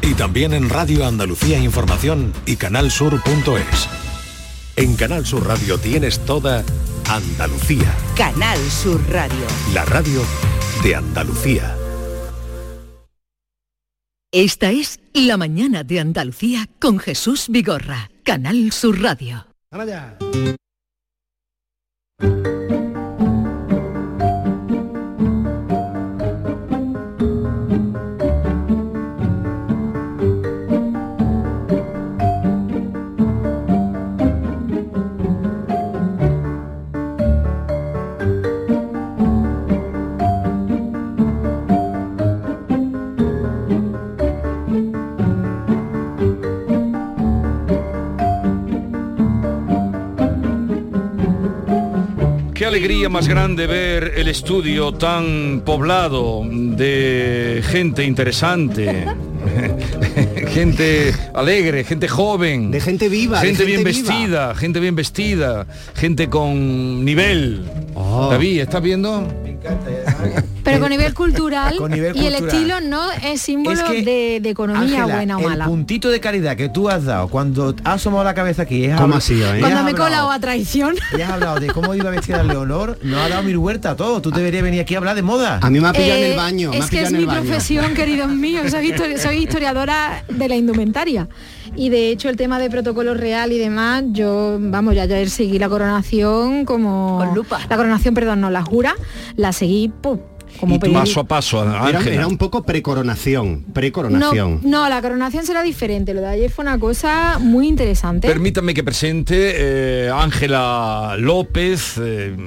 Y también en Radio Andalucía Información y canalsur.es. En Canal Sur Radio tienes toda Andalucía. Canal Sur Radio. La radio de Andalucía. Esta es La Mañana de Andalucía con Jesús Vigorra. Canal Sur Radio. ¡Vamos allá! Qué alegría más grande ver el estudio tan poblado de gente interesante, gente alegre, gente joven, de gente viva, gente bien viva. vestida, gente bien vestida, gente con nivel. Oh. David, ¿estás viendo? Pero con nivel cultural, Con nivel y el cultural. estilo no es símbolo Es que, de economía Ángela, buena o mala. El puntito de caridad que tú has dado cuando has asomado la cabeza aquí, ¿Cómo ha sido, eh? Cuando me he colado a traición. Y has hablado de cómo iba vestida Leonor, nos ha dado mil vueltas a todo. Tú deberías venir aquí a hablar de moda. A mí me ha pillado en el baño. me ha Es que pillado es en el mi baño. profesión, queridos míos. Soy historiadora de la indumentaria. Y de hecho el tema de protocolo real y demás, yo, vamos, ya ayer seguí la coronación como... Con lupa. La coronación, perdón, no, la jura, la seguí como Paso a paso, Ángela. Era un poco precoronación. No, la coronación será diferente. Lo de ayer fue una cosa muy interesante. Permítanme que presente Ángela López,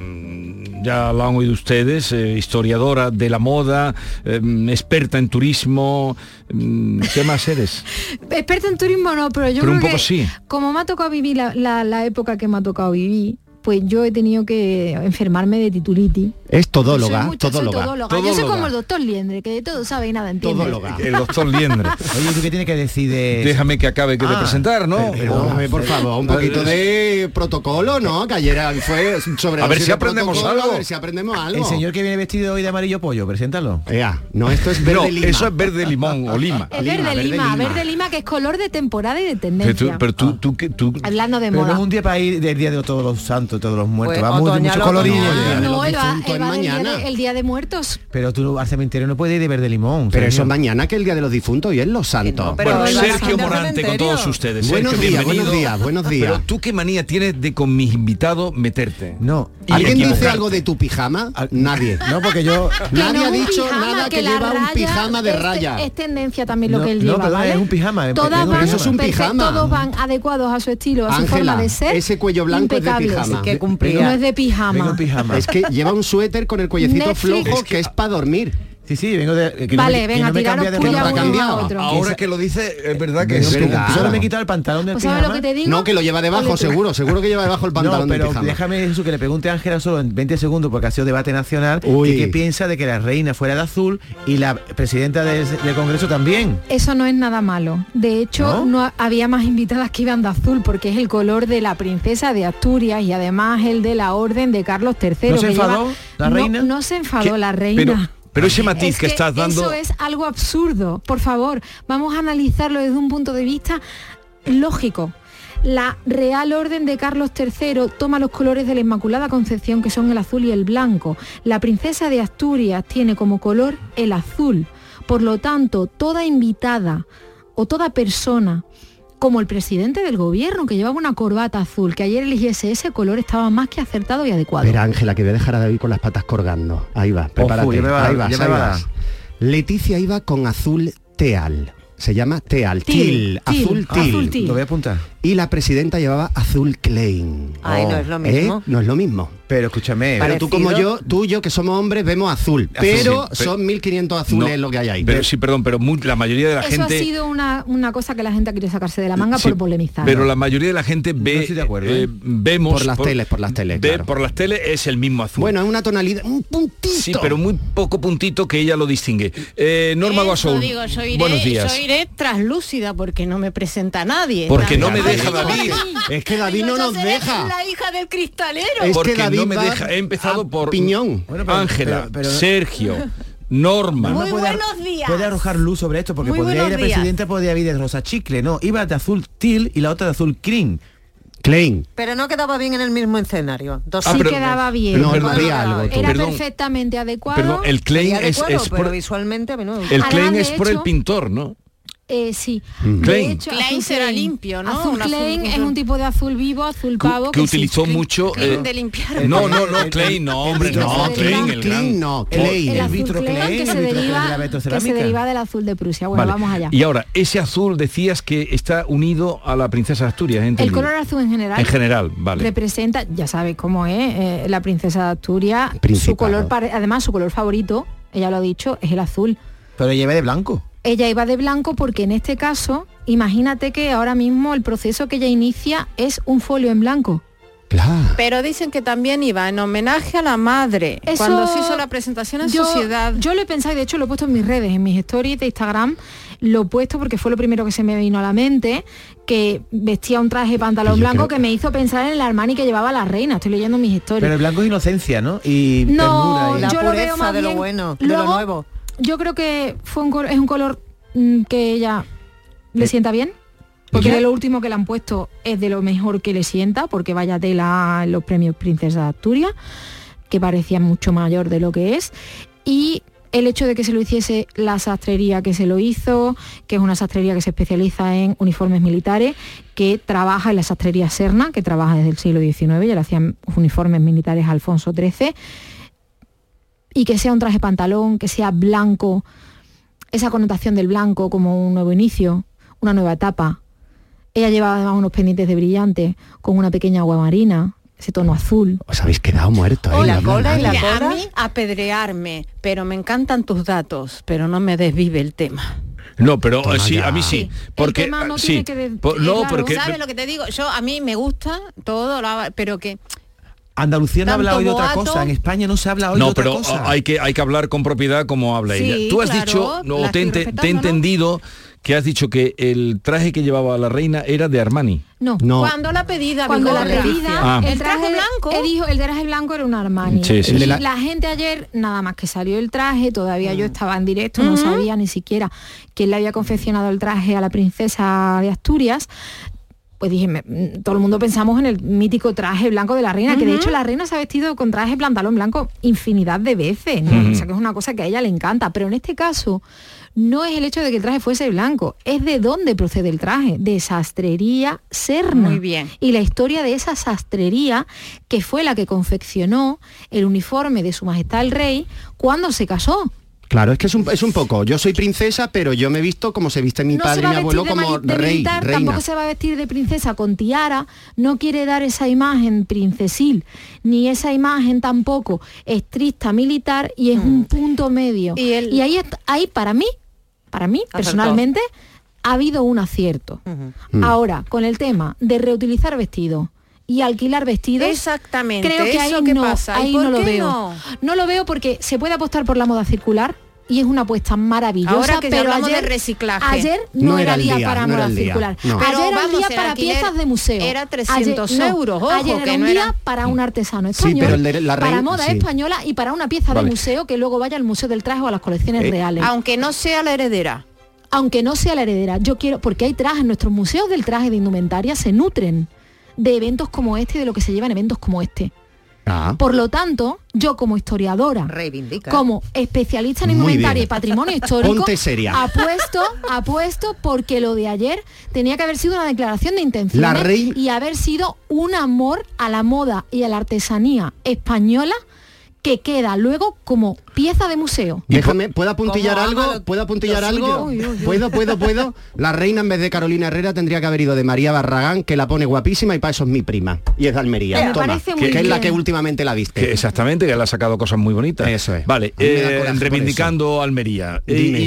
ya lo han oído ustedes, historiadora de la moda, experta en turismo. ¿Qué más eres? Experta en turismo no, pero yo Pero creo un poco que sí. como me ha tocado vivir la época que me ha tocado vivir, pues yo he tenido que enfermarme de titulitis. Es todóloga, Soy todóloga. Yo soy Todóloga. como el doctor Liendre, que de todo sabe y nada entiende. Todóloga. El doctor Liendre. Oye, ¿tú qué tienes que decir de...? Déjame que acabe de presentar, ¿no? Hombre, por favor, un poquito de protocolo, ¿no? Que ayer fue sobre... A ver si de aprendemos protocolo, algo. A ver si aprendemos algo. El señor que viene vestido hoy de amarillo pollo, preséntalo. No, esto es verde No, lima. eso es verde limón o lima. Es verde lima, que es color de temporada y de tendencia. Pero tú, Hablando de Pero no moda. es un día para ir del día de todos los santos, todos los muertos. Pues, Vamos de otoñal, mucho colorido. otoñal. No, él va difuntos del mañana. el día de muertos. Pero tú al cementerio no puedes ir de verde limón. Pero eso señor. es mañana, que es el día de los difuntos y es los santos. no, pero Bueno, iba a la Sergio gente al Morante con cementerio. todos ustedes. Buenos Sergio, días, bienvenido. buenos días. Pero tú qué manía tienes de con mis invitados meterte. No. Y ¿Alguien dice equivocarte. algo de tu pijama? Nadie. No, porque yo... Nadie no ha es un dicho pijama, nada que la lleva un raya pijama de es- raya. Es tendencia también lo No, que él no, lleva, perdona, ¿vale? es un pijama, Todas es un van pijama. Eso es un pijama. Todos van adecuados a su estilo, a su Ángela, forma de ser. ese cuello blanco es de impecables. pijama. Que cumplía. No es de pijama. Vengo en pijama. Es que lleva un suéter con el cuellecito Netflix. flojo que es para dormir. Sí, vengo de... que Vale, no me, venga, que no me tiraros cambia de puya ropa. uno uno a cambiado. otro. Ahora que lo dice, es verdad que Es es verdad. Solo me he quitado el pantalón del Pues pijama. ¿sabes lo que te digo? No, que lo lleva debajo, seguro que lleva debajo el pantalón No, del pero pijama. déjame eso, que le pregunte a Ángela solo en 20 segundos, porque ha sido debate nacional, Uy. que qué piensa de que la reina fuera de azul y la presidenta del Congreso también. Eso no es nada malo. De hecho, no había más invitadas que iban de azul, porque es el color de la princesa de Asturias y además el de la orden de Carlos III. ¿No se que enfadó lleva- la reina? No se enfadó ¿Qué? la reina. Pero ese matiz Es que estás dando... Eso es algo absurdo. Por favor, vamos a analizarlo desde un punto de vista lógico. La Real Orden de Carlos III toma los colores de la Inmaculada Concepción, que son el azul y el blanco. La princesa de Asturias tiene como color el azul. Por lo tanto, toda invitada o toda persona, como el presidente del gobierno, que llevaba una corbata azul, que ayer eligiese ese color, estaba más que acertado y adecuado. Espera, Ángela, que voy a dejar a David con las patas colgando. Ahí va, prepárate. ya me va- ahí vas, ya me ahí va a vas. Leticia iba con azul teal. Se llama teal, til, azul til. Lo voy a apuntar. Y la presidenta llevaba azul Klein. Ay, no es lo mismo. No es lo mismo. Pero escúchame, Pero tú como Parecido. tú y yo, que somos hombres, vemos azul. Azul, Pero sí, son 1500 azules No, lo que hay ahí. Pero sí, perdón, pero la mayoría de la Eso gente... ha sido una cosa que la gente ha querido sacarse de la manga Sí, por polemizar. Pero la mayoría de la gente ve, estoy de acuerdo, vemos Por las teles, ve, claro. por las teles es el mismo azul. Bueno, es una tonalidad, un puntito. sí, pero muy poco puntito que ella lo distingue. Norma Guasol, buenos días. Yo iré traslúcida porque no me presenta nadie. Porque no me Ay, deja no, David. Es que David no nos deja. La hija del cristalero. Es Porque que David no me va deja. He empezado a por piñón. Bueno, pero- Ángela, pero- Sergio, Norma. No Muy puede, buenos días. puede arrojar luz sobre esto, porque Muy podría ir buenos a días. presidente, podría ir de rosa chicle, no, iba de azul teal y la otra de azul cream. Klein. Pero no quedaba bien en el mismo escenario. Dos Sí pero- quedaba bien. No, Perdón, había algo. tú. Era Perdón. perfectamente adecuado. Perdón, el Klein Sería de es cuero, pero por... visualmente a mí no me gusta. El Además, Klein de es por el hecho- pintor, ¿no? Sí. Mm. Klein. De hecho, Klein azul será Klein. limpio, ¿no? Azul Un azul- Klein es un tipo de azul vivo, azul pavo. Que sí, utilizó Klein. mucho... Klein de limpiar. no, Klein, no, hombre, no, vitro Klein, el gran... Klein no, El- Klein. El el azul vitro Klein Klein, que el se vitro Klein de la deriva, que se vitrocerámica. deriva del azul de Prusia. Bueno, Vale. vamos allá. Y ahora, ese azul decías que está unido a la princesa de Asturias, ¿he El entendido? color azul en general. En general, vale. Representa, ya sabes cómo es, la princesa de Asturias. Principado. Su color, además su color favorito, ella lo ha dicho, es el azul. Pero lleve de blanco. Ella iba de blanco porque en este caso, imagínate que ahora mismo el proceso que ella inicia es un folio en blanco. Claro. Pero dicen que también iba en homenaje a la madre. Eso- Cuando se hizo la presentación en sociedad. Yo lo he pensado y de hecho lo he puesto en mis redes, en mis stories de Instagram. Lo he puesto porque fue lo primero que se me vino a la mente, que vestía un traje pantalón Yo blanco creo- que me hizo pensar en el Armani que llevaba la reina. Estoy leyendo mis stories. Pero el blanco es inocencia, ¿no? Y No, ternura. Y... La yo lo veo pureza más de lo bien. bueno, de lo Luego, nuevo. Yo creo que fue es un color que ella le sienta bien. Porque ¿Ya? de lo último que le han puesto es de lo mejor que le sienta, porque vaya tela en los premios Princesa de Asturias, que parecía mucho mayor de lo que es. Y el hecho de que se lo hiciese la sastrería que se lo hizo, que es una sastrería que se especializa en uniformes militares, que trabaja en la sastrería Serna, que trabaja desde el siglo XIX, ya le hacían uniformes militares a Alfonso XIII, y que sea un traje pantalón, que sea blanco, esa connotación del blanco como un nuevo inicio, una nueva etapa. Ella llevaba además unos pendientes de brillante con una pequeña agua marina, ese tono azul. Os habéis quedado muertos. Oh, la Bla, bla, cola y bla. la Mira, a cola. mí apedrearme, pero me encantan tus datos, pero no me desvive el tema. No, pero Toma sí, ya. a mí sí. Porque, El tema no sí, tiene que no, claro, porque... ¿Sabes lo que te digo? Yo a mí me gusta todo, pero que Andalucía no Tanto habla hoy de otra boato. cosa. En España no se habla hoy de No, otra pero cosa. hay que hablar con propiedad como habla Sí, ella. Tú has claro, dicho, la o te, estoy te he respetando, ¿no? entendido que has dicho que el traje que llevaba la reina era de Armani. No. No. cuando la pedida, Cuando la Vigorra. pedida, Ah. el traje blanco, dijo, el traje blanco era un Armani. Sí, sí, y sí. la gente ayer, nada más que salió el traje, todavía yo estaba en directo, no sabía ni siquiera quién le había confeccionado el traje a la princesa de Asturias. Pues dije, todo el mundo pensamos en el mítico traje blanco de la reina, que de hecho la reina se ha vestido con traje pantalón blanco infinidad de veces, ¿no? O sea que es una cosa que a ella le encanta, pero en este caso no es el hecho de que el traje fuese blanco, es de dónde procede el traje, de sastrería Serna. Muy bien. Y la historia de esa sastrería que fue la que confeccionó el uniforme de su majestad el rey cuando se casó. Claro, es que es un poco. Yo soy princesa, pero yo me he visto como se viste mi No padre se y va mi a abuelo vestir como de rey, militar, reina. tampoco se va a vestir de princesa con tiara, no quiere dar esa imagen princesil, ni esa imagen tampoco estricta militar, y es un punto medio. Y el- Y ahí para mí personalmente, ha habido un acierto. Ahora, con el tema de reutilizar vestidos y alquilar vestidos, Exactamente, creo que ahí ¿eso qué no, pasa? ¿Y ahí por no lo qué veo. no? No lo veo porque se puede apostar por la moda circular y es una apuesta maravillosa. Ahora que ya pero hablamos ayer, de reciclaje. Ayer no, No era era el día día, para no era moda el día, circular. no. Ayer Pero era vamos, día el para alquiler piezas de museo. era 300 euros, ojo, ayer que era un no día era- para un artesano Sí, español, pero el de la para reina- moda sí. española y para una pieza Vale. de museo que luego vaya al Museo del Traje o a las colecciones reales. Aunque no sea la heredera. Aunque no sea la heredera, yo quiero, porque hay trajes, nuestros museos del traje de indumentaria se nutren de eventos como este y de lo que se lleva en eventos como este. Ah. Por lo tanto, yo como historiadora, Reivindica. como especialista en Muy indumentaria bien. y patrimonio histórico, Ponte seria. apuesto porque lo de ayer tenía que haber sido una declaración de intenciones La rey- y haber sido un amor a la moda y a la artesanía española que queda luego como pieza de museo. Déjame, ¿puedo apuntillar ¿Cómo ama algo? lo- ¿Puedo apuntillar lo algo? suyo? ¿Puedo? La reina en vez de Carolina Herrera tendría que haber ido de María Barragán, que la pone guapísima y para eso es mi prima. Y es de Almería. Me Toma, parece que muy es la bien. que últimamente la viste. Que exactamente, que le ha sacado cosas muy bonitas. Eso es. Vale, A mí me da coraje por reivindicando Almería.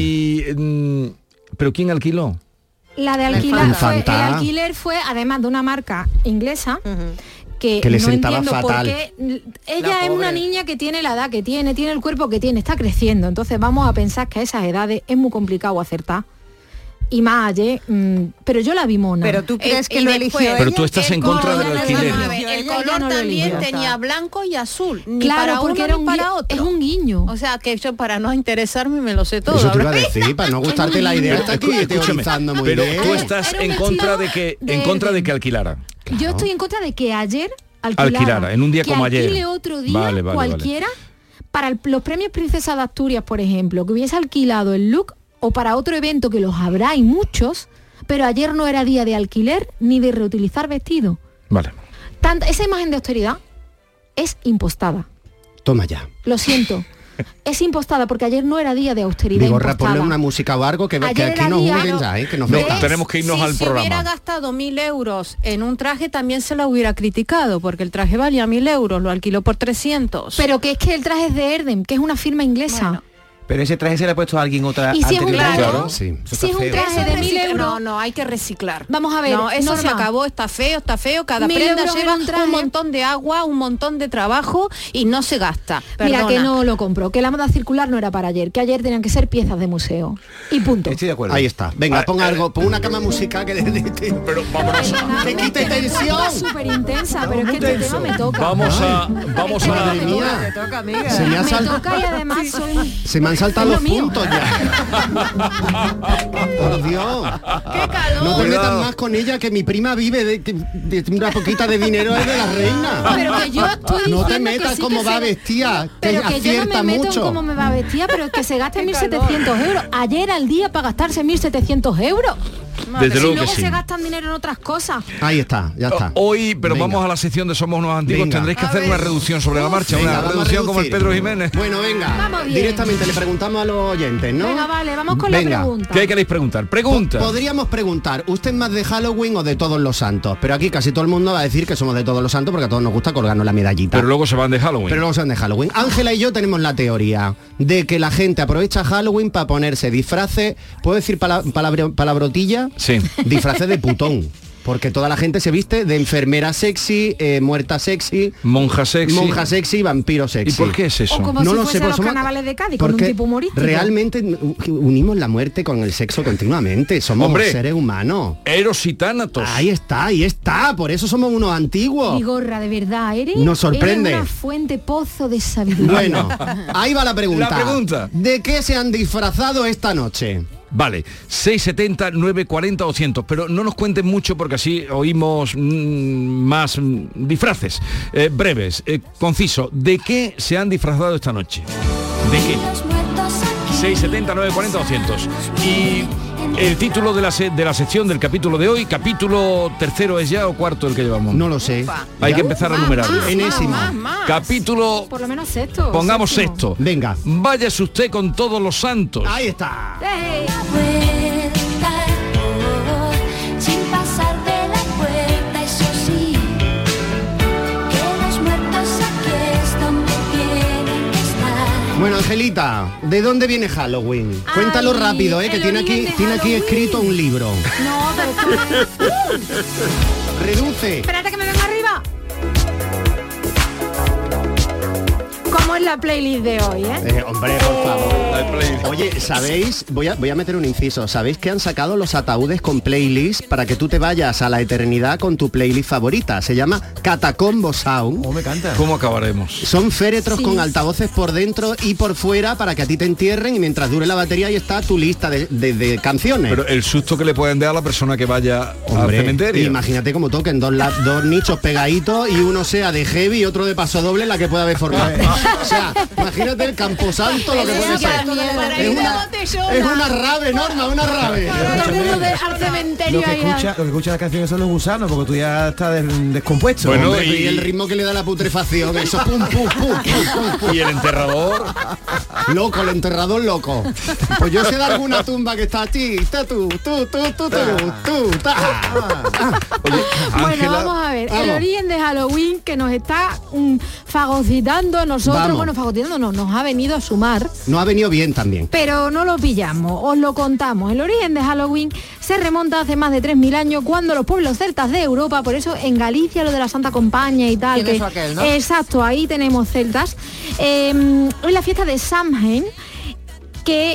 Dime. ¿Pero quién alquiló? La de La alquilar infanta. el alquiler fue además de una marca inglesa. Que le no sentaba entiendo fatal. por qué ella La es una pobre. niña que tiene la edad que tiene el cuerpo que tiene, está creciendo, entonces vamos a pensar que a esas edades es muy complicado acertar. y más ayer, pero yo la vi mona. Pero tú crees que y lo después- eligió Pero ella? tú estás en contra del alquiler. Vamos a ver, el Ella color no lo también eligió. tenía blanco y azul, ni Claro, para porque uno era ni un para gui- otro. es un guiño. O sea, que yo para no interesarme me lo sé todo. Eso te iba a ahora. decir, para no gustarte la idea, está aquí teorizando muy Pero bien. tú estás Era un en contra de vestido que de en contra de Erdem. que alquilara. Yo estoy en contra de que ayer Alquilara, en un día que como ayer. alquile otro día Vale, vale, cualquiera para los premios Princesa de Asturias, por ejemplo, que hubiese alquilado el look o para otro evento que los habrá y muchos, pero ayer no era día de alquiler ni de reutilizar vestido. Vale. Esa imagen de austeridad es impostada. Toma ya. Lo siento. Es impostada porque ayer no era día de austeridad Vigorra, impostada. ponle una música o algo que Ayer aquí era nos día, juzguen ¿no? ya, que nos No, vetan. tenemos que irnos al Si programa. hubiera gastado 1.000 euros en un traje, también se la hubiera criticado, porque el traje valía 1.000 euros, lo alquiló por 300. Pero que es que el traje es de Erdem, que es una firma inglesa. Bueno. Pero ese traje se le ha puesto a alguien otra Y si es un anteriormente. traje- Claro, sí. Eso Si es está un feo. traje Eso de es 1.000 reciclar. euros. No, hay que reciclar. Vamos a ver, No, eso se Norma. acabó, está feo, cada 1.000 prenda euros en lleva un traje. un montón de agua, un montón de trabajo y no se gasta. Mira, Perdona. que no lo compro, que la moda circular no era para ayer, que ayer tenían que ser piezas de museo. Y punto. Estoy de acuerdo. Ahí está. Venga, pon algo, pon una cama musical que Pero vámonos. te quite tensión. Súper intensa, pero es que este tema me toca. Vamos a Madre mía. Te toca, amiga. Se me, ha Me sal- toca y además soy... se me han saltado Es los lo mío. puntos ya. Por Dios. ¡Qué calor! No te metas Cuidado. más con ella, que mi prima vive de una poquita de dinero es de la reina. Pero que yo estoy No te diciendo que metas sí como que va se- vestida, que Pero que yo no acierta me meto en mucho. cómo me va vestida, pero que se gasten 1.700 euros. Ayer al día para gastarse 1.700 euros. Desde Si luego que luego sí. se gastan dinero en otras cosas. Ahí está, ya está. Hoy, pero Venga. vamos a la sección de Somos Unos Antiguos. Venga. Tendréis que A hacer ver. una reducción sobre la marcha, Venga, una vamos a reducción como el reducir. Pedro Jiménez. Bueno, venga. Vamos bien. Directamente le preguntamos a los oyentes, ¿no? Venga, vale, vamos con la Venga. pregunta. ¿Qué queréis preguntar? Pregunta. Podríamos preguntar, ¿usted es más de Halloween o de Todos los Santos? Pero aquí casi todo el mundo va a decir que somos de Todos los Santos porque a todos nos gusta colgarnos la medallita. Pero luego se van de Halloween. Pero luego son de Halloween. Ángela y yo tenemos la teoría de que la gente aprovecha Halloween para ponerse disfraces, ¿puedo decir palabrotilla? Sí. Disfraces de putón. Porque toda la gente se viste de enfermera sexy, muerta sexy, Monja sexy. monja sexy, vampiro ¿Y sexy. por qué es eso? O como No si lo fuese sé, los pues somos- carnavales de Cádiz, con un porque tipo humorístico. realmente unimos la muerte con el sexo continuamente. Somos Hombre. seres humanos. Eros y Tánatos. Ahí está. Por eso somos unos antiguos. Vigorra, de verdad, eres, Nos sorprende. eres una fuente pozo de sabiduría. Bueno, ahí va la pregunta. La pregunta. ¿De qué se han disfrazado esta noche? Vale, 670, 940, 200, pero no nos cuenten mucho porque así oímos más disfraces. Breves, conciso, ¿de qué se han disfrazado esta noche? ¿De qué? 670, 940, 200. Y el título de la sección del capítulo de hoy, capítulo tercero es ya o cuarto el que llevamos. No lo sé. Hay ¿Ya? que empezar a numerarlo. Enésimo. Capítulo, Por lo menos sexto. pongamos séptimo. sexto. Venga. Váyase usted con Todos los Santos. Ahí está. ¡Ey! Sin pasar de la puerta, eso sí, que los muertos aquí es donde tienen que estar. Bueno, Angelita, ¿de dónde viene Halloween? Cuéntalo Ay, rápido, que el tiene aquí, origen de tiene aquí Halloween. escrito un libro. No, pero es que... Reduce. Espérate que me venga arriba. ¿Cómo es la playlist de hoy, Hombre, por favor. Oye, ¿sabéis? Voy a meter un inciso. ¿Sabéis que han sacado los ataúdes con playlist para que tú te vayas a la eternidad con tu playlist favorita? Se llama Catacombo Sound. Oh, me encanta. ¿Cómo acabaremos? Son féretros Sí. con altavoces por dentro y por fuera para que a ti te entierren y mientras dure la batería ahí está tu lista de canciones. Pero el susto que le pueden dar a la persona que vaya Hombre, al cementerio. imagínate como toquen dos nichos pegaditos y uno sea de heavy y otro de paso doble la que pueda haber formado. O sea, imagínate el Camposanto lo que puede ser. Es una rave, Norma, una rave. al cementerio Lo que escucha las canciones son los gusanos, porque tú ya estás descompuesto. Bueno, Hombre, y- y el ritmo que le da la putrefacción, eso pum, pum, pum, pum, pum. Y el enterrador. Loco, el enterrador loco. Pues yo sé de alguna tumba que está aquí, está tú, ta. Oye, Bueno, Ángela, vamos a ver, el vamos. origen de Halloween que nos está fagocitando a nosotros, Vamos. bueno, fagocitando no, nos ha venido a sumar, No ha venido bien también. pero no lo pillamos, os lo contamos. El origen de Halloween se remonta hace más de 3.000 años cuando los pueblos celtas de Europa, por eso en Galicia lo de la Santa Compaña y tal, Tiene eso aquel, ¿no? exacto, ahí tenemos celtas, en la fiesta de Samhain, que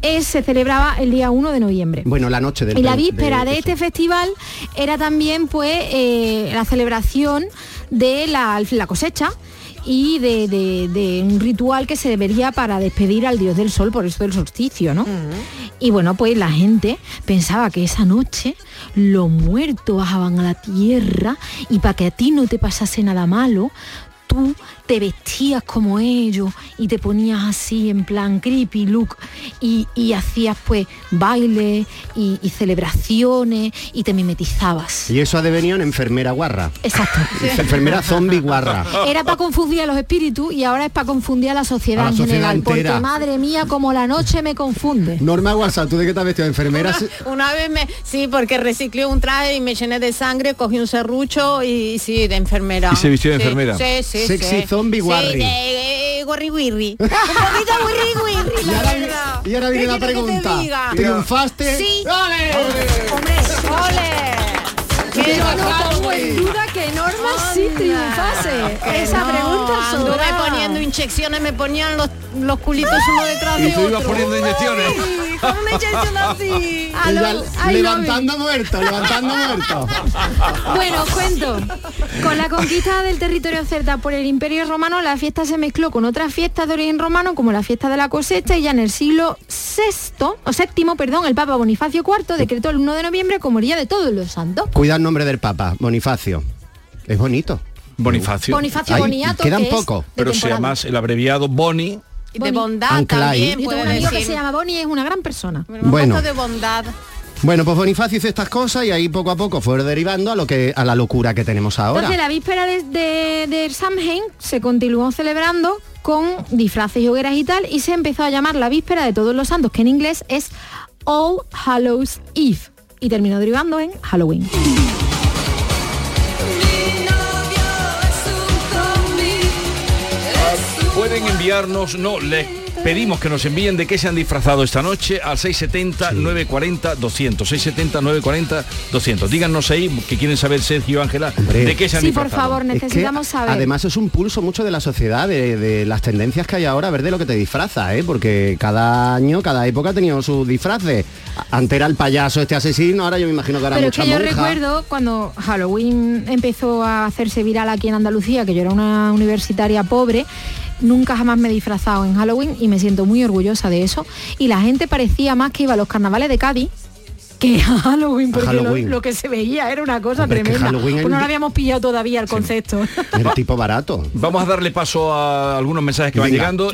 se celebraba el día 1 de noviembre. Bueno, la noche del... Y la víspera de este festival era también pues la celebración de la cosecha y de un ritual que se debería para despedir al dios del sol, por eso del solsticio, ¿no? Y bueno, pues la gente pensaba que esa noche los muertos bajaban a la tierra y para que a ti no te pasase nada malo, tú te vestías como ellos y te ponías así en plan creepy look y hacías pues bailes y celebraciones y te mimetizabas. Y eso ha devenido en enfermera guarra. Exacto. Enfermera zombie guarra. Era para confundir a los espíritus y ahora es para confundir a la sociedad, en general. Entera. Porque madre mía, como la noche me confunde. Norma WhatsApp, ¿tú de qué te has vestido? ¿Enfermera? Una vez sí, porque reciclé un traje y me llené de sangre, cogí un serrucho y sí, de enfermera. ¿Y se vistió de enfermera? Sí. Sexy zombie guarri. Sí, de guarri guirri. Un poquito guirri guirri, la verdad. Y ahora viene la pregunta. ¿Triunfaste? Sí. ¡Ole! Hombre, ole. Yo no pongo en duda que Norma sí triunfase. Esa pregunta anduve sobraba. poniendo inyecciones, me ponían los culitos uno detrás de Y tú otro. ibas poniendo inyecciones. Sí, con una inyección así. Levantando muertos. Bueno, os cuento. Con la conquista del territorio celta por el Imperio Romano, la fiesta se mezcló con otras fiestas de origen romano, como la fiesta de la cosecha, y ya en el siglo VII, el Papa Bonifacio IV decretó el 1 de noviembre como Día de Todos los Santos. Cuida el nombre del Papa, Bonifacio. Es bonito. Bonifacio. Bonifacio Boniato, quedan que es poco. de Pero se temporada. llama el abreviado Boni. De bondad Anclay. también Yo tengo puede un amigo que decir. se llama Boni y es una gran persona. Bueno. De bondad. Bueno, pues Bonifacio hizo estas cosas y ahí poco a poco fue derivando a la locura que tenemos ahora. Entonces la víspera de Samhain se continuó celebrando con disfraces y hogueras y tal, y se empezó a llamar la víspera de Todos los Santos, que en inglés es All Hallows Eve, y terminó derivando en Halloween. Pueden enviarnos, les pedimos que nos envíen de qué se han disfrazado esta noche al 670-940-200. 670-940-200. Díganos ahí, que quieren saber, Sergio, Ángela, de qué se han Sí, por disfrazado. favor, necesitamos saber. Además es un pulso mucho de la sociedad, de las tendencias que hay ahora, a ver de lo que te disfraza, porque cada año, cada época ha tenido sus disfraces. Antes era el payaso este asesino, ahora yo me imagino que ahora Pero es mucha que yo monja. recuerdo cuando Halloween empezó a hacerse viral aquí en Andalucía, que yo era una universitaria pobre, nunca jamás me he disfrazado en Halloween y me siento muy orgullosa de eso. Y la gente parecía más que iba a los carnavales de Cádiz que a Halloween, porque Halloween. Lo que se veía era una cosa Hombre, es que tremenda. Halloween Pues no lo habíamos pillado todavía el concepto. Era tipo barato. Vamos a darle paso a algunos mensajes que van Venga. llegando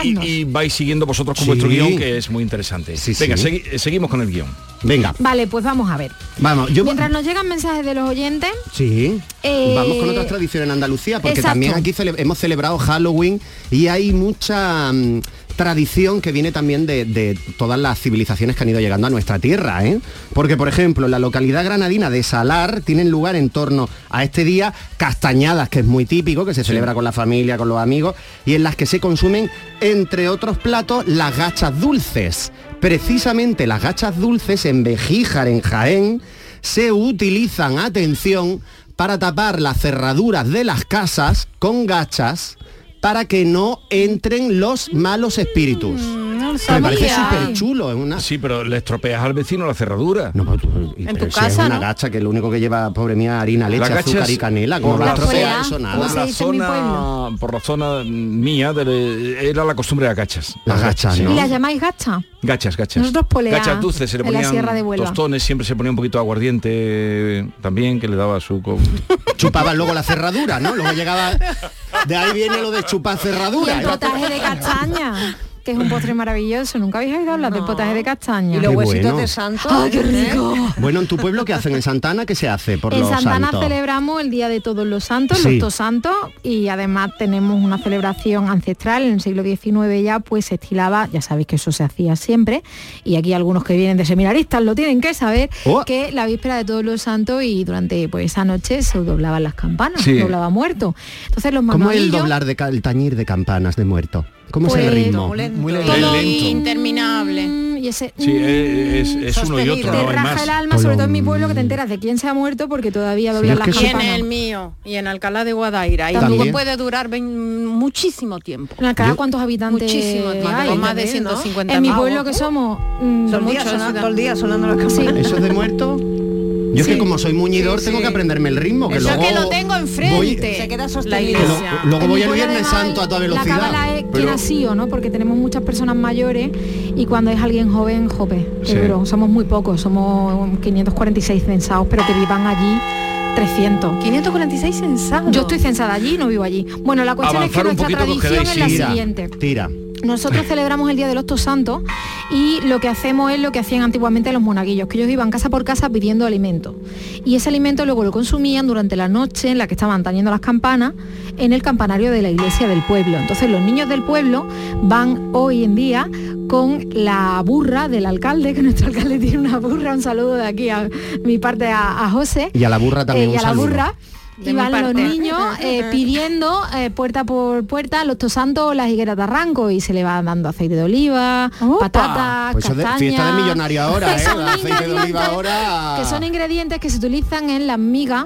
y vais siguiendo vosotros con Sí. vuestro guión, que es muy interesante. Sí, Venga, sí. seguimos con el guión. Venga, Vale, pues vamos a ver. vamos. Mientras nos llegan mensajes de los oyentes, Sí, vamos con otras tradiciones en Andalucía, porque exacto. también aquí hemos celebrado Halloween y hay mucha tradición que viene también de todas las civilizaciones que han ido llegando a nuestra tierra, Porque, por ejemplo, en la localidad granadina de Salar tienen lugar en torno a este día castañadas, que es muy típico, que se celebra con la familia, con los amigos, y en las que se consumen, entre otros platos, las gachas dulces. Precisamente las gachas dulces en Bejíjar, en Jaén, se utilizan, atención, para tapar las cerraduras de las casas con gachas para que no entren los malos espíritus. No lo Que me parece sabía. súper chulo. Es una... Sí, pero le estropeas al vecino la cerradura. No, pero En pero tu si casa, es una ¿no? gacha que lo único que lleva, pobre mía, harina, leche, La gacha azúcar es y canela. ¿Cómo por va a la estropear zona- eso? ¿Cómo Nada. se la dice en mi pueblo? por la zona mía era la costumbre de gachas. Las gachas, Sí. ¿no? ¿y las llamáis gacha? Gachas. Nosotros polea, Gachas dulces, se le en la ponían Sierra de Huelva. tostones, siempre se ponía un poquito de aguardiente también, que le daba su... Chupaban luego la cerradura, ¿no? Luego llegaba... De ahí viene lo de chupar Y cerradura. el potaje de castaña, que es un postre maravilloso. Nunca habéis oído hablar del potaje de castaña. Y los Qué huesitos bueno. de santo. ¡Ay, qué rico! Bueno, ¿en tu pueblo qué hacen? ¿En Santana qué se hace por En los Santana santos? celebramos el Día de Todos los Santos, Sí. los dos santos, y además tenemos una celebración ancestral. En el siglo XIX ya pues se estilaba, ya sabéis que eso se hacía siempre, y aquí algunos que vienen de seminaristas lo tienen que saber, Oh. que la víspera de Todos los Santos y durante pues esa noche se doblaban las campanas, Sí. doblaba muerto. Entonces los ¿Cómo es el manualillos, doblar el tañir de campanas de muerto? ¿Cómo es el Pues, ritmo? muy lento. Muy Todo lento. interminable. y ese Sí, es uno y otro, te no hay raja más. el alma, sobre todo en mi pueblo, que te enteras de quién se ha muerto porque todavía doblan las Y en campanas. el mío, y en Alcalá de Guadaira. Y También. también puede durar muchísimo tiempo. En Alcalá, ¿cuántos habitantes Muchísimo tiempo, hay? más de también, ¿no? 150. En mi pueblo que somos Todo el día sonando las campanas. Sí. ¿Eso es de muerto? Yo es que como soy muñidor tengo que aprenderme el ritmo, que Eso luego que lo tengo enfrente. Se queda la sostenido. iglesia. luego En voy mi el pueblo, Viernes además, Santo a toda La velocidad. cábala es Pero- quien ha sido, ¿no? Porque tenemos muchas personas mayores y cuando es alguien joven, jope, Sí. qué duro. Somos muy pocos, somos 546 censados, pero que vivan allí 300. 546 censados. Yo estoy censada allí, no vivo allí. Bueno, la cuestión Avanzar es un que nuestra poquito, que os tradición es la quedáis siguiente. Tira. Nosotros celebramos el Día de los Todos Santos y lo que hacemos es lo que hacían antiguamente los monaguillos, que ellos iban casa por casa pidiendo alimento. Y ese alimento luego lo consumían durante la noche en la que estaban tañendo las campanas en el campanario de la iglesia del pueblo. Entonces los niños del pueblo van hoy en día con la burra del alcalde, que nuestro alcalde tiene una burra, un saludo de aquí a mi parte a José. Y a la burra también Y un a la saludo. burra. De Y mi van los parte. niños pidiendo puerta por puerta los tosantos o las higueras de arranco y se le va dando aceite de oliva, patatas, Pues eso de castañas. fiesta de millonario ahora, Que son el aceite de oliva ingredientes ahora. Que son ingredientes que se utilizan en las migas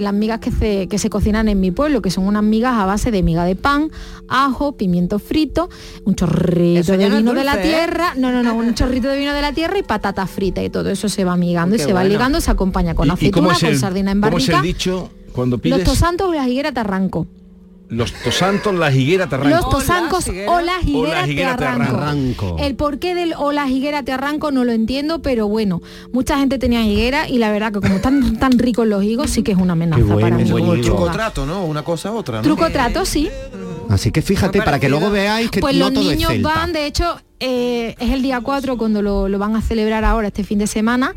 que se cocinan en mi pueblo, que son unas migas a base de miga de pan, ajo, pimiento frito, un chorrito Eso de ya no es vino de la dulce, ¿eh? tierra, no, un chorrito de vino de la tierra y patatas fritas y todo eso se va migando y Qué se va bueno. ligando, se acompaña con ¿Y cómo aceituna, es con el, sardina en cómo es el barrica. dicho cuando Los pides? tosantos o las higueras de arranco. Los tosantos, la higuera te Los arranco. tosancos o las higueras te higuera te arranco. arranco. El porqué del o las higueras te arranco no lo entiendo, pero bueno, mucha gente tenía higuera y la verdad que como están tan ricos los higos sí que es una amenaza Qué bueno, para mí. Eso es como el Buenísimo. truco trato, ¿no? Una cosa a otra, ¿no? Truco trato, sí. Así que fíjate, para que luego veáis que Pues no los todo es niños celta. van, de hecho, es el día 4 cuando lo van a celebrar ahora este fin de semana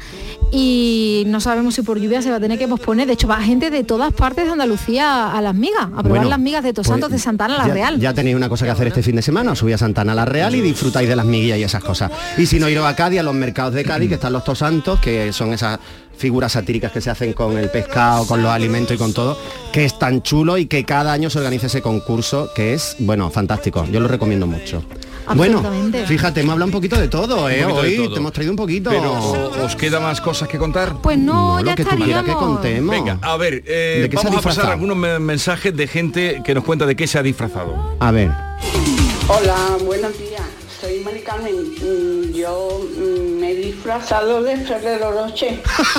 y no sabemos si por lluvia se va a tener que posponer. De hecho, va gente de todas partes de Andalucía a las migas, a probar Bueno, las migas de Todos pues Santos de Santana la ya, Real. Ya tenéis una cosa que hacer este fin de semana, os subís a Santana la Real y disfrutáis de las miguillas y esas cosas. Y si no, iros a Cádiz, a los mercados de Cádiz, que están los Todos Santos, que son esas figuras satíricas que se hacen con el pescado, con los alimentos y con todo, que es tan chulo y que cada año se organiza ese concurso, que es, bueno, fantástico. Yo lo recomiendo mucho. Bueno, Absolutamente. fíjate, hemos hablado un poquito de todo, ¿eh? Un poquito de Hoy todo. te hemos traído un poquito. Pero ¿os queda más cosas que contar? Pues no, No, ya lo que tú quieras que estaríamos. contemos. Venga, a ver, ¿De qué se ha vamos a pasar disfrazado? algunos mensajes de gente que nos cuenta de qué se ha disfrazado. A ver. Hola, buenos días. Soy Mari Carmen. Yo me he disfrazado de Ferrero Rocher.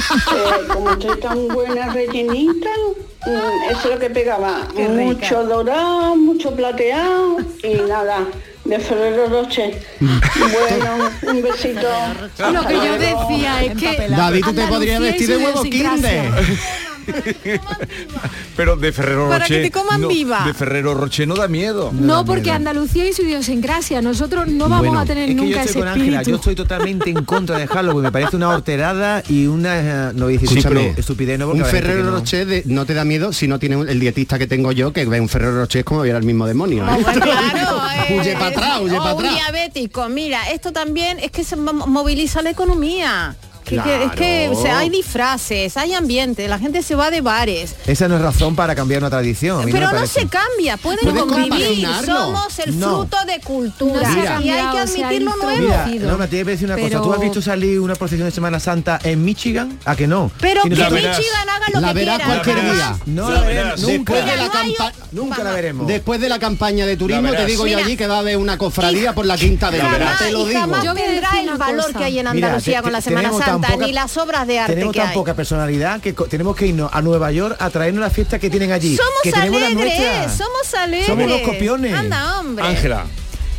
Como estoy tan buena rellenita, eso es lo que pegaba. Mucho dorado, mucho plateado y nada, de Ferrero Rocher. Bueno, un besito. Lo que yo decía es que David, tú te Andalucía podrías y vestir su de huevo idiosincrasia. Kinder. Pero de Ferrero Para Rocher. que te coman no, viva. De Ferrero Rocher no da miedo. No, porque Andalucía y su idiosincrasia, nosotros no vamos Bueno, a tener Es que yo nunca estoy ese con Ángela, espíritu. yo estoy totalmente en contra de Halloween, me parece una horterada y una, no voy a decir Escúchame, estupidez, ¿no? Porque un habrá gente Ferrero que no. Rocher no te da miedo si no tiene el dietista que tengo yo, que ve un Ferrero Rocher como viera el mismo demonio. ¿eh? Claro, Huye para atrás, huye o para un atrás. diabético. Mira, esto también es que se moviliza la economía. Es que hay disfraces, hay ambiente, la gente se va de bares. Esa no es razón para cambiar una tradición. a mí Pero me no parece. se cambia, pueden Puedes convivir, compaginarlo. somos el No. fruto de cultura No se ha y hay cambiado, que se ha admitir lo nuevo. Mira, Mira, no, me te voy a decir una cosa. pero- ¿Tú has visto salir una procesión de Semana Santa en Michigan? ¿A que no? Pero Y que no la sabes- verás. Michigan haga lo La que verás quiera. cualquier verás. día. No Sí, la verás. veremos nunca. Después de la Mira, no hay- campaña. Nunca la veremos. Después de la campaña de turismo, La te verás. digo yo Mira. allí que va a haber una cofradía por la Quinta de Vera. Jamás, Te lo y digo. jamás Yo voy a tendrá decir el una valor cosa. que hay en Mira, Andalucía con la Semana tenemos tan Santa, poca- ni las obras de arte Tenemos que tan hay. poca personalidad que tenemos que irnos a Nueva York a traernos las fiestas que tienen allí. que Somos tenemos las alegres, nuestras. somos alegres. Somos unos copiones. Anda, hombre. Ángela,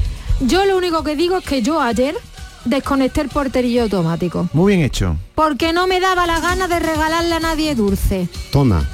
Yo lo único que digo es que yo ayer desconecté el porterillo automático. Muy bien hecho. Porque no me daba la gana de regalarle a nadie dulce. Toma.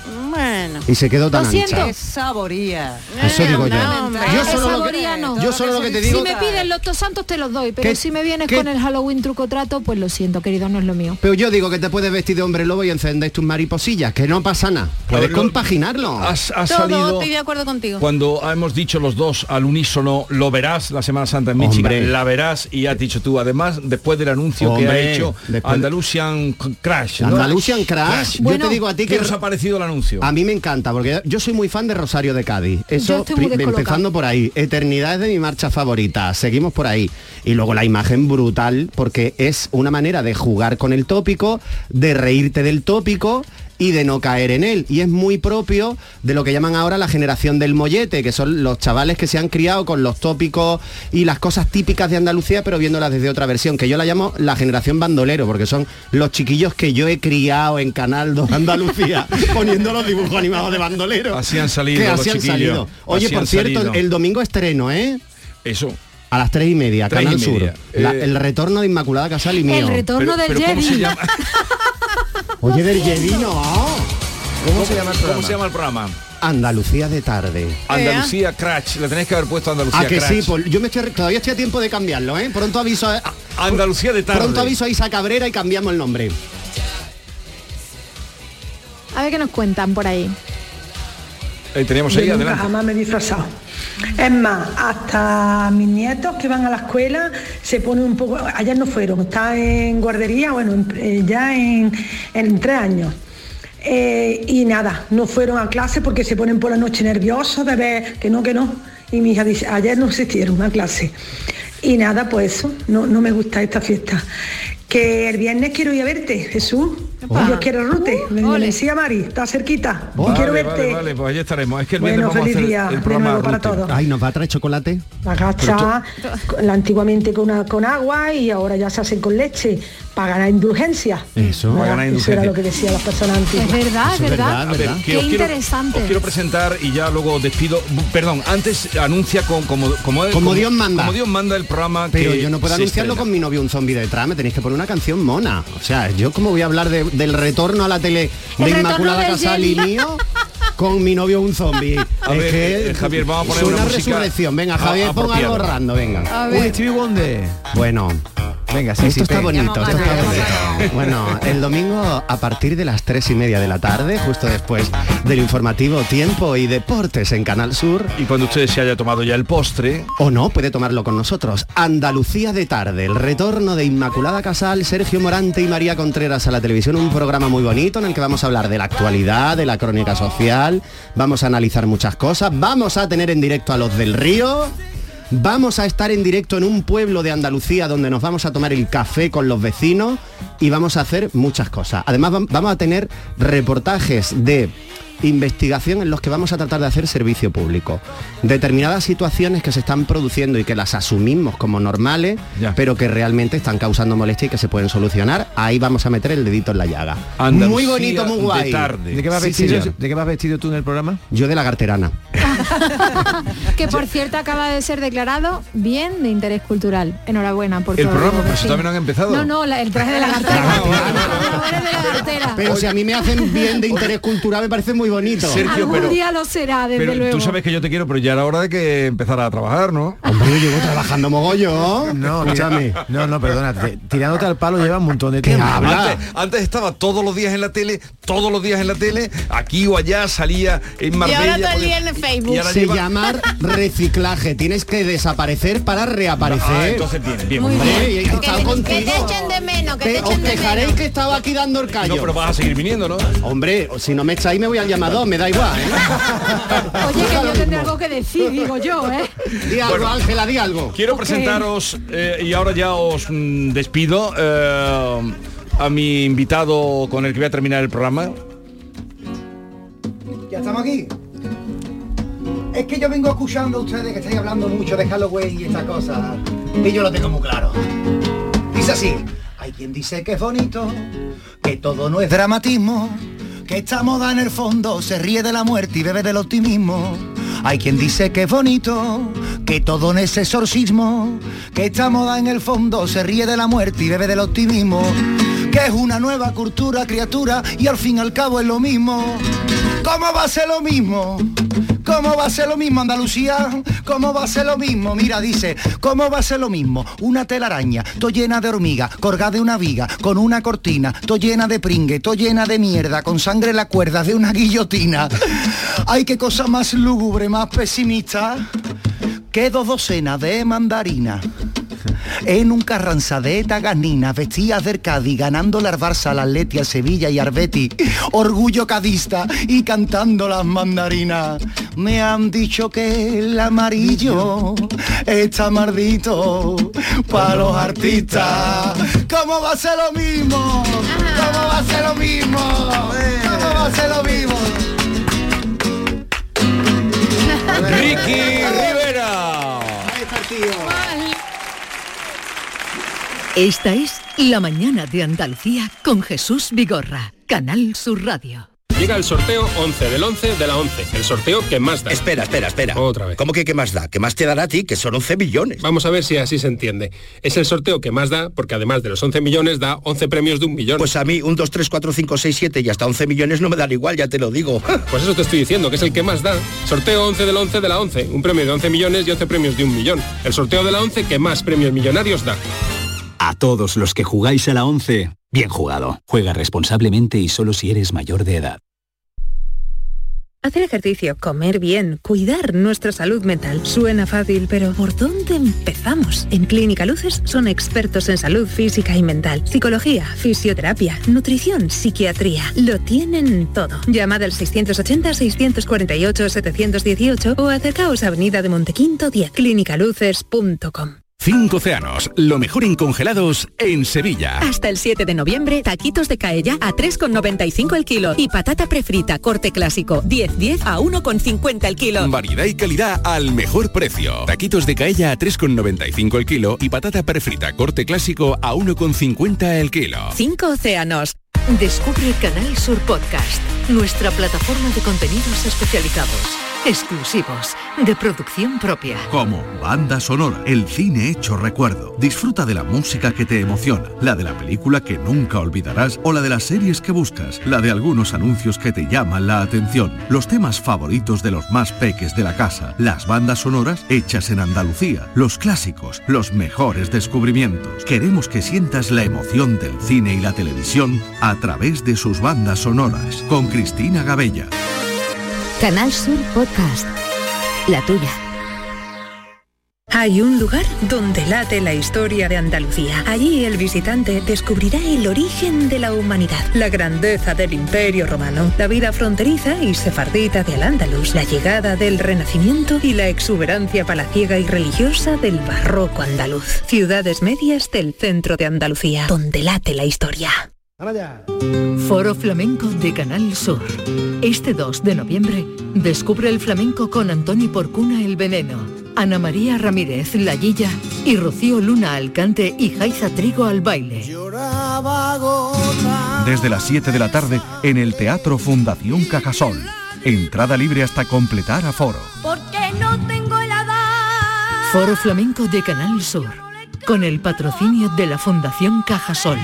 Bueno. Y se quedó tan Lo siento. ancha. Es saboría. Eso digo yo. No, hombre. Yo Esa solo lo saboría que, no. yo solo lo que te digo. Si me piden los Todos Santos te los doy, pero ¿Qué- si me vienes qué- con el Halloween truco trato, pues lo siento, querido, no es lo mío. Pero yo digo que te puedes vestir de hombre lobo y encender tus mariposillas, que no pasa nada. Puedes lo- compaginarlo. ha Todo, salido... estoy de acuerdo contigo. Cuando hemos dicho los dos al unísono, lo verás la Semana Santa en Michigan, Hombre. la verás y has dicho tú, además, después del anuncio que ha Hombre, hecho después- Andalusian Crash. ¿no? Andalusian Crash. Yo Bueno, te digo a ti ¿Qué que os ha parecido el anuncio? A mí me encanta, porque yo soy muy fan de Rosario de Cádiz. Eso, empezando por ahí. Eternidad es de mi marcha favorita. Seguimos por ahí. Y luego la imagen brutal, porque es una manera de jugar con el tópico, de reírte del tópico y de no caer en él. Y es muy propio de lo que llaman ahora la generación del mollete, que son los chavales que se han criado con los tópicos y las cosas típicas de Andalucía, pero viéndolas desde otra versión, que yo la llamo la generación bandolero, porque son los chiquillos que yo he criado en Canal 2 Andalucía, poniendo los dibujos animados de bandolero. Así han salido que los así han chiquillos. salido. Oye, Así por han cierto, salido. el domingo estreno, ¿eh? Eso. A las 3:30, 3:30. Canal Sur. El retorno de Inmaculada Casal y mío. El retorno del ¿cómo Jedi. se llama? Oye, del Jedi, no. ¿Cómo se llama el programa? ¿Cómo se llama el programa? Andalucía de tarde. Andalucía Crash. Le tenéis que haber puesto Andalucía ¿A que Crash. sí? Pues yo todavía estoy a tiempo de cambiarlo, ¿eh? Pronto aviso a Andalucía de tarde. Pronto aviso a Isa Cabrera y cambiamos el nombre. A ver qué nos cuentan por ahí. Teníamos Yo ahí, nunca adelante. jamás me he disfrazado. Es más, hasta mis nietos que van a la escuela se ponen un poco. Ayer no fueron, está en guardería, bueno, ya en 3 años. Y nada, no fueron a clase porque se ponen por la noche nerviosos de ver que no. Y mi hija dice, ayer no asistieron a clase. Y nada, pues eso, no me gusta esta fiesta. Que el viernes quiero ir a verte, Jesús. Dios quiere Rute. Me decía Mari, está cerquita. Quiero verte. Vale, pues allí estaremos. Es que el Bueno, viernes vamos a feliz hacer día el de programa nuevo para Rute. todos. Ay, ¿nos va a traer chocolate? La gacha, antiguamente con agua y ahora ya se hacen con leche para ganar indulgencia. Eso. Para ganar Eso indulgencia. era lo que decían las personas antiguas. Es verdad, es verdad. A ver, que Qué os quiero- interesante. Os quiero presentar y ya luego despido. Perdón, antes anuncia como Dios manda. Como Dios manda el programa. Pero que yo no puedo se anunciarlo estrena. con mi novio un zombie detrás, me tenéis que poner una canción mona. O sea, yo como voy a hablar del retorno a la tele de retorno Inmaculada del Casal y Jedi. mío con mi novio un zombie. A ver, Javier, vamos a poner suena una música resurrección. Venga, Javier, pon apropiada. algo rando, venga. A Un ver. Stevie Wonder. Bueno. Venga, sí, Esto está bonito, Ya hemos esto está ganado, bonito. Bueno, el domingo a partir de las 3:30 de la tarde, justo después del informativo Tiempo y Deportes en Canal Sur. Y cuando usted se haya tomado ya el postre, O no, puede tomarlo con nosotros. Andalucía de tarde, el retorno de Inmaculada Casal, Sergio Morante y María Contreras a la televisión, un programa muy bonito en el que vamos a hablar de la actualidad, de la crónica social, vamos a analizar muchas cosas, vamos a tener en directo a los del Río, vamos a estar en directo en un pueblo de Andalucía donde nos vamos a tomar el café con los vecinos y vamos a hacer muchas cosas. Además vamos a tener reportajes de investigación en los que vamos a tratar de hacer servicio público. Determinadas situaciones que se están produciendo y que las asumimos como normales, Ya. pero que realmente están causando molestia y que se pueden solucionar. Ahí vamos a meter el dedito en la llaga. Andalucía Muy bonito, muy guay. de tarde. ¿De qué vas Sí, vestido? señor. ¿De qué vas vestido tú en el programa? Yo de la garterana. Que por cierto acaba de ser declarado bien de interés cultural. Enhorabuena por el todo. programa, pero Sí. si todavía no han empezado. No, el traje de la cartera. Enhorabuena de la cartera. Pero si a mí me hacen bien de interés cultural me parece muy bonito. Sergio, Algún pero- día lo será, desde Pero luego. tú sabes que yo te quiero, pero ya era hora de que empezara a trabajar, ¿no? Hombre, yo llevo trabajando mogollón. No, Escúchame. no, perdona. Tirándote al palo lleva un montón de ¿Qué tiempo. habla? Antes estaba todos los días en la tele, aquí o allá, salía en Y Marbella. ahora todo el porque- día en el Facebook. y ahora Se lleva- llama reciclaje. Tienes que desaparecer para reaparecer. Ah, entonces bien. Muy Hombre, bien. y he estado Que te contigo. echen de menos, que te Os echen de quejaréis menos. que estaba aquí dando el callo. No, pero vas a seguir viniendo, ¿no? Hombre, si no me echáis me voy al llamador, me da igual, ¿eh? Oye, que yo tendré algo que decir, digo yo, ¿eh? Di algo, Bueno. Ángela, di algo. Quiero Ok. presentaros, y ahora ya os despido, a mi invitado con el que voy a terminar el programa. Ya estamos aquí. Es que yo vengo escuchando a ustedes que estáis hablando mucho de Halloween y estas cosas. Y yo lo tengo muy claro. Dice así. Hay quien dice que es bonito, que todo no es dramatismo, que esta moda en el fondo se ríe de la muerte y bebe del optimismo. Hay quien dice que es bonito, que todo no es exorcismo, que esta moda en el fondo se ríe de la muerte y bebe del optimismo, que es una nueva cultura, criatura, y al fin y al cabo es lo mismo. ¿Cómo va a ser lo mismo? ¿Cómo va a ser lo mismo, Andalucía? ¿Cómo va a ser lo mismo? Mira, dice, ¿cómo va a ser lo mismo? Una telaraña, todo llena de hormigas, colgada de una viga, con una cortina, todo llena de pringue, todo llena de mierda, con sangre en la cuerda de una guillotina. Ay, qué cosa más lúgubre, más pesimista, que 2 docenas de mandarinas. En un Carranza de Taganina, vestidas del Cádiz, ganándole al Barça, al Atleti, al Sevilla y al Betis, orgullo cadista y cantando las mandarinas. Me han dicho que el amarillo está maldito para los artistas. ¿Cómo va a ser lo mismo? ¿Cómo va a ser lo mismo? ¿Cómo va a ser lo mismo? Ricky Rivera. Esta es La Mañana de Andalucía con Jesús Vigorra, Canal Sur Radio. Llega el sorteo 11 del 11 de la 11, el sorteo que más da. Espera. Otra vez. ¿Cómo que más da? ¿Qué más te dará a ti? Que son 11 millones. Vamos a ver si así se entiende. Es el sorteo que más da, porque además de los 11 millones da 11 premios de 1 millón. Pues a mí 1, 2, 3, 4, 5, 6, 7 y hasta 11 millones no me dan igual, ya te lo digo. Pues eso te estoy diciendo, que es el que más da. Sorteo 11 del 11 de la 11, un premio de 11 millones y 11 premios de 1 millón. El sorteo de la 11 que más premios millonarios da. A todos los que jugáis a la 11, bien jugado. Juega responsablemente y solo si eres mayor de edad. Hacer ejercicio, comer bien, cuidar nuestra salud mental. Suena fácil, pero ¿por dónde empezamos? En Clínica Luces son expertos en salud física y mental, psicología, fisioterapia, nutrición, psiquiatría. Lo tienen todo. Llamad al 680-648-718 o acercaos a Avenida de Montequinto 10, clinicaluces.com. 5 Océanos, lo mejor en congelados en Sevilla. Hasta el 7 de noviembre, taquitos de caella a 3,95 el kilo y patata prefrita corte clásico 10 a 1,50 el kilo. Variedad y calidad al mejor precio. Taquitos de caella a 3,95 el kilo y patata prefrita corte clásico a 1,50 el kilo. 5 Océanos. Descubre Canal Sur Podcast, nuestra plataforma de contenidos especializados, exclusivos, de producción propia. Como banda sonora, el cine hecho recuerdo. Disfruta de la música que te emociona, la de la película que nunca olvidarás o la de las series que buscas, la de algunos anuncios que te llaman la atención, los temas favoritos de los más peques de la casa, las bandas sonoras hechas en Andalucía, los clásicos, los mejores descubrimientos. Queremos que sientas la emoción del cine y la televisión a través de sus bandas sonoras, con Cristina Gabella. Canal Sur Podcast, la tuya. Hay un lugar donde late la historia de Andalucía. Allí el visitante descubrirá el origen de la humanidad, la grandeza del Imperio Romano, la vida fronteriza y sefardita de Al-Ándalus, la llegada del Renacimiento y la exuberancia palaciega y religiosa del barroco andaluz. Ciudades medias del centro de Andalucía, donde late la historia. Foro Flamenco de Canal Sur. Este 2 de noviembre, descubre el flamenco con Antoni Porcuna el Veneno, Ana María Ramírez la Guilla y Rocío Luna al cante y Jaiza Trigo al baile. Desde las 7 de la tarde en el Teatro Fundación Cajasol. Entrada libre hasta completar aforo. Porque no tengo el edad. Foro Flamenco de Canal Sur, con el patrocinio de la Fundación Cajasol.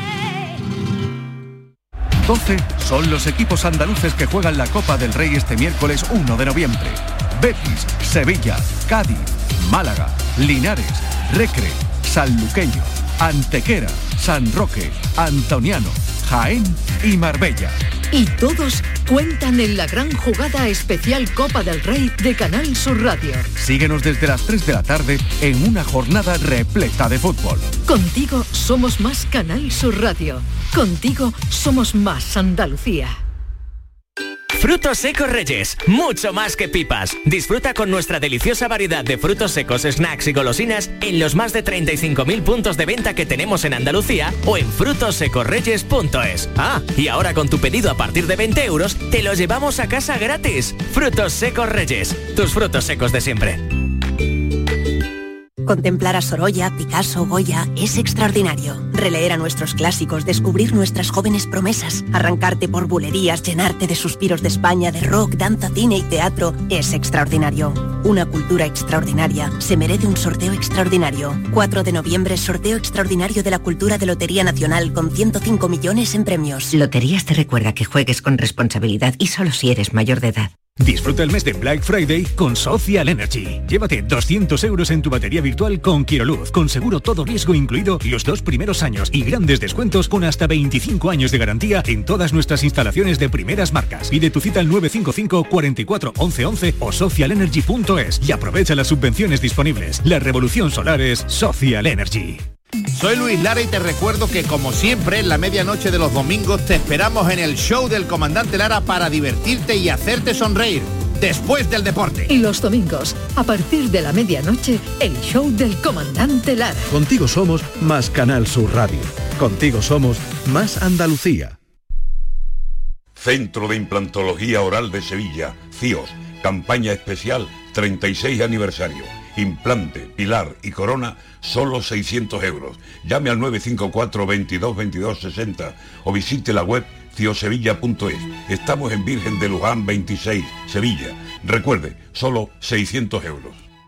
12 son los equipos andaluces que juegan la Copa del Rey este miércoles 1 de noviembre. Betis, Sevilla, Cádiz, Málaga, Linares, Recre, Sanluqueño, Antequera, San Roque, Antoniano, Jaén y Marbella. Y todos cuentan en la gran jugada especial Copa del Rey de Canal Sur Radio. Síguenos desde las 3 de la tarde en una jornada repleta de fútbol. Contigo somos más Canal Sur Radio. Contigo somos más Andalucía. Frutos secos Reyes, mucho más que pipas. Disfruta con nuestra deliciosa variedad de frutos secos, snacks y golosinas en los más de 35.000 puntos de venta que tenemos en Andalucía o en frutosecorreyes.es. Ah, y ahora con tu pedido a partir de 20 euros, te lo llevamos a casa gratis. Frutos secos Reyes, tus frutos secos de siempre. Contemplar a Sorolla, Picasso, Goya es extraordinario. Releer a nuestros clásicos, descubrir nuestras jóvenes promesas, arrancarte por bulerías, llenarte de suspiros de España, de rock, danza, cine y teatro es extraordinario. Una cultura extraordinaria se merece un sorteo extraordinario. 4 de noviembre, sorteo extraordinario de la cultura de Lotería Nacional con 105 millones en premios. Loterías te recuerda que juegues con responsabilidad y solo si eres mayor de edad. Disfruta el mes de Black Friday con Social Energy. Llévate 200 euros en tu batería virtual con Quiroluz, con seguro todo riesgo incluido los 2 primeros años y grandes descuentos con hasta 25 años de garantía en todas nuestras instalaciones de primeras marcas. Pide tu cita al 955 44 11 11 o socialenergy.es y aprovecha las subvenciones disponibles. La revolución solar es Social Energy. Soy Luis Lara y te recuerdo que, como siempre, en la medianoche de los domingos te esperamos en el show del Comandante Lara para divertirte y hacerte sonreír después del deporte. Y los domingos, a partir de la medianoche, el show del Comandante Lara. Contigo somos más Canal Sur Radio. Contigo somos más Andalucía. Centro de Implantología Oral de Sevilla, CIOS, campaña especial 36 aniversario. Implante, pilar y corona, solo 600 euros. Llame al 954 22 22 60 o visite la web ciosevilla.es. Estamos en Virgen de Luján 26, Sevilla. Recuerde, solo 600 euros.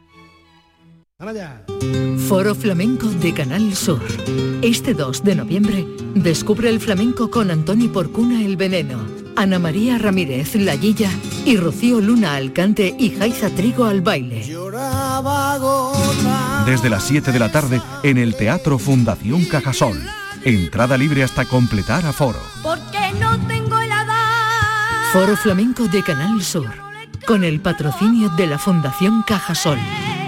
Foro Flamenco de Canal Sur. Este 2 de noviembre, descubre el flamenco con Antoni Porcuna el Veneno, Ana María Ramírez Lallilla y Rocío Luna al cante y Jaiza Trigo al baile. Desde las 7 de la tarde en el Teatro Fundación Cajasol. Entrada libre hasta completar aforo. Porque no tengo el edad. Foro Flamenco de Canal Sur, con el patrocinio de la Fundación Cajasol.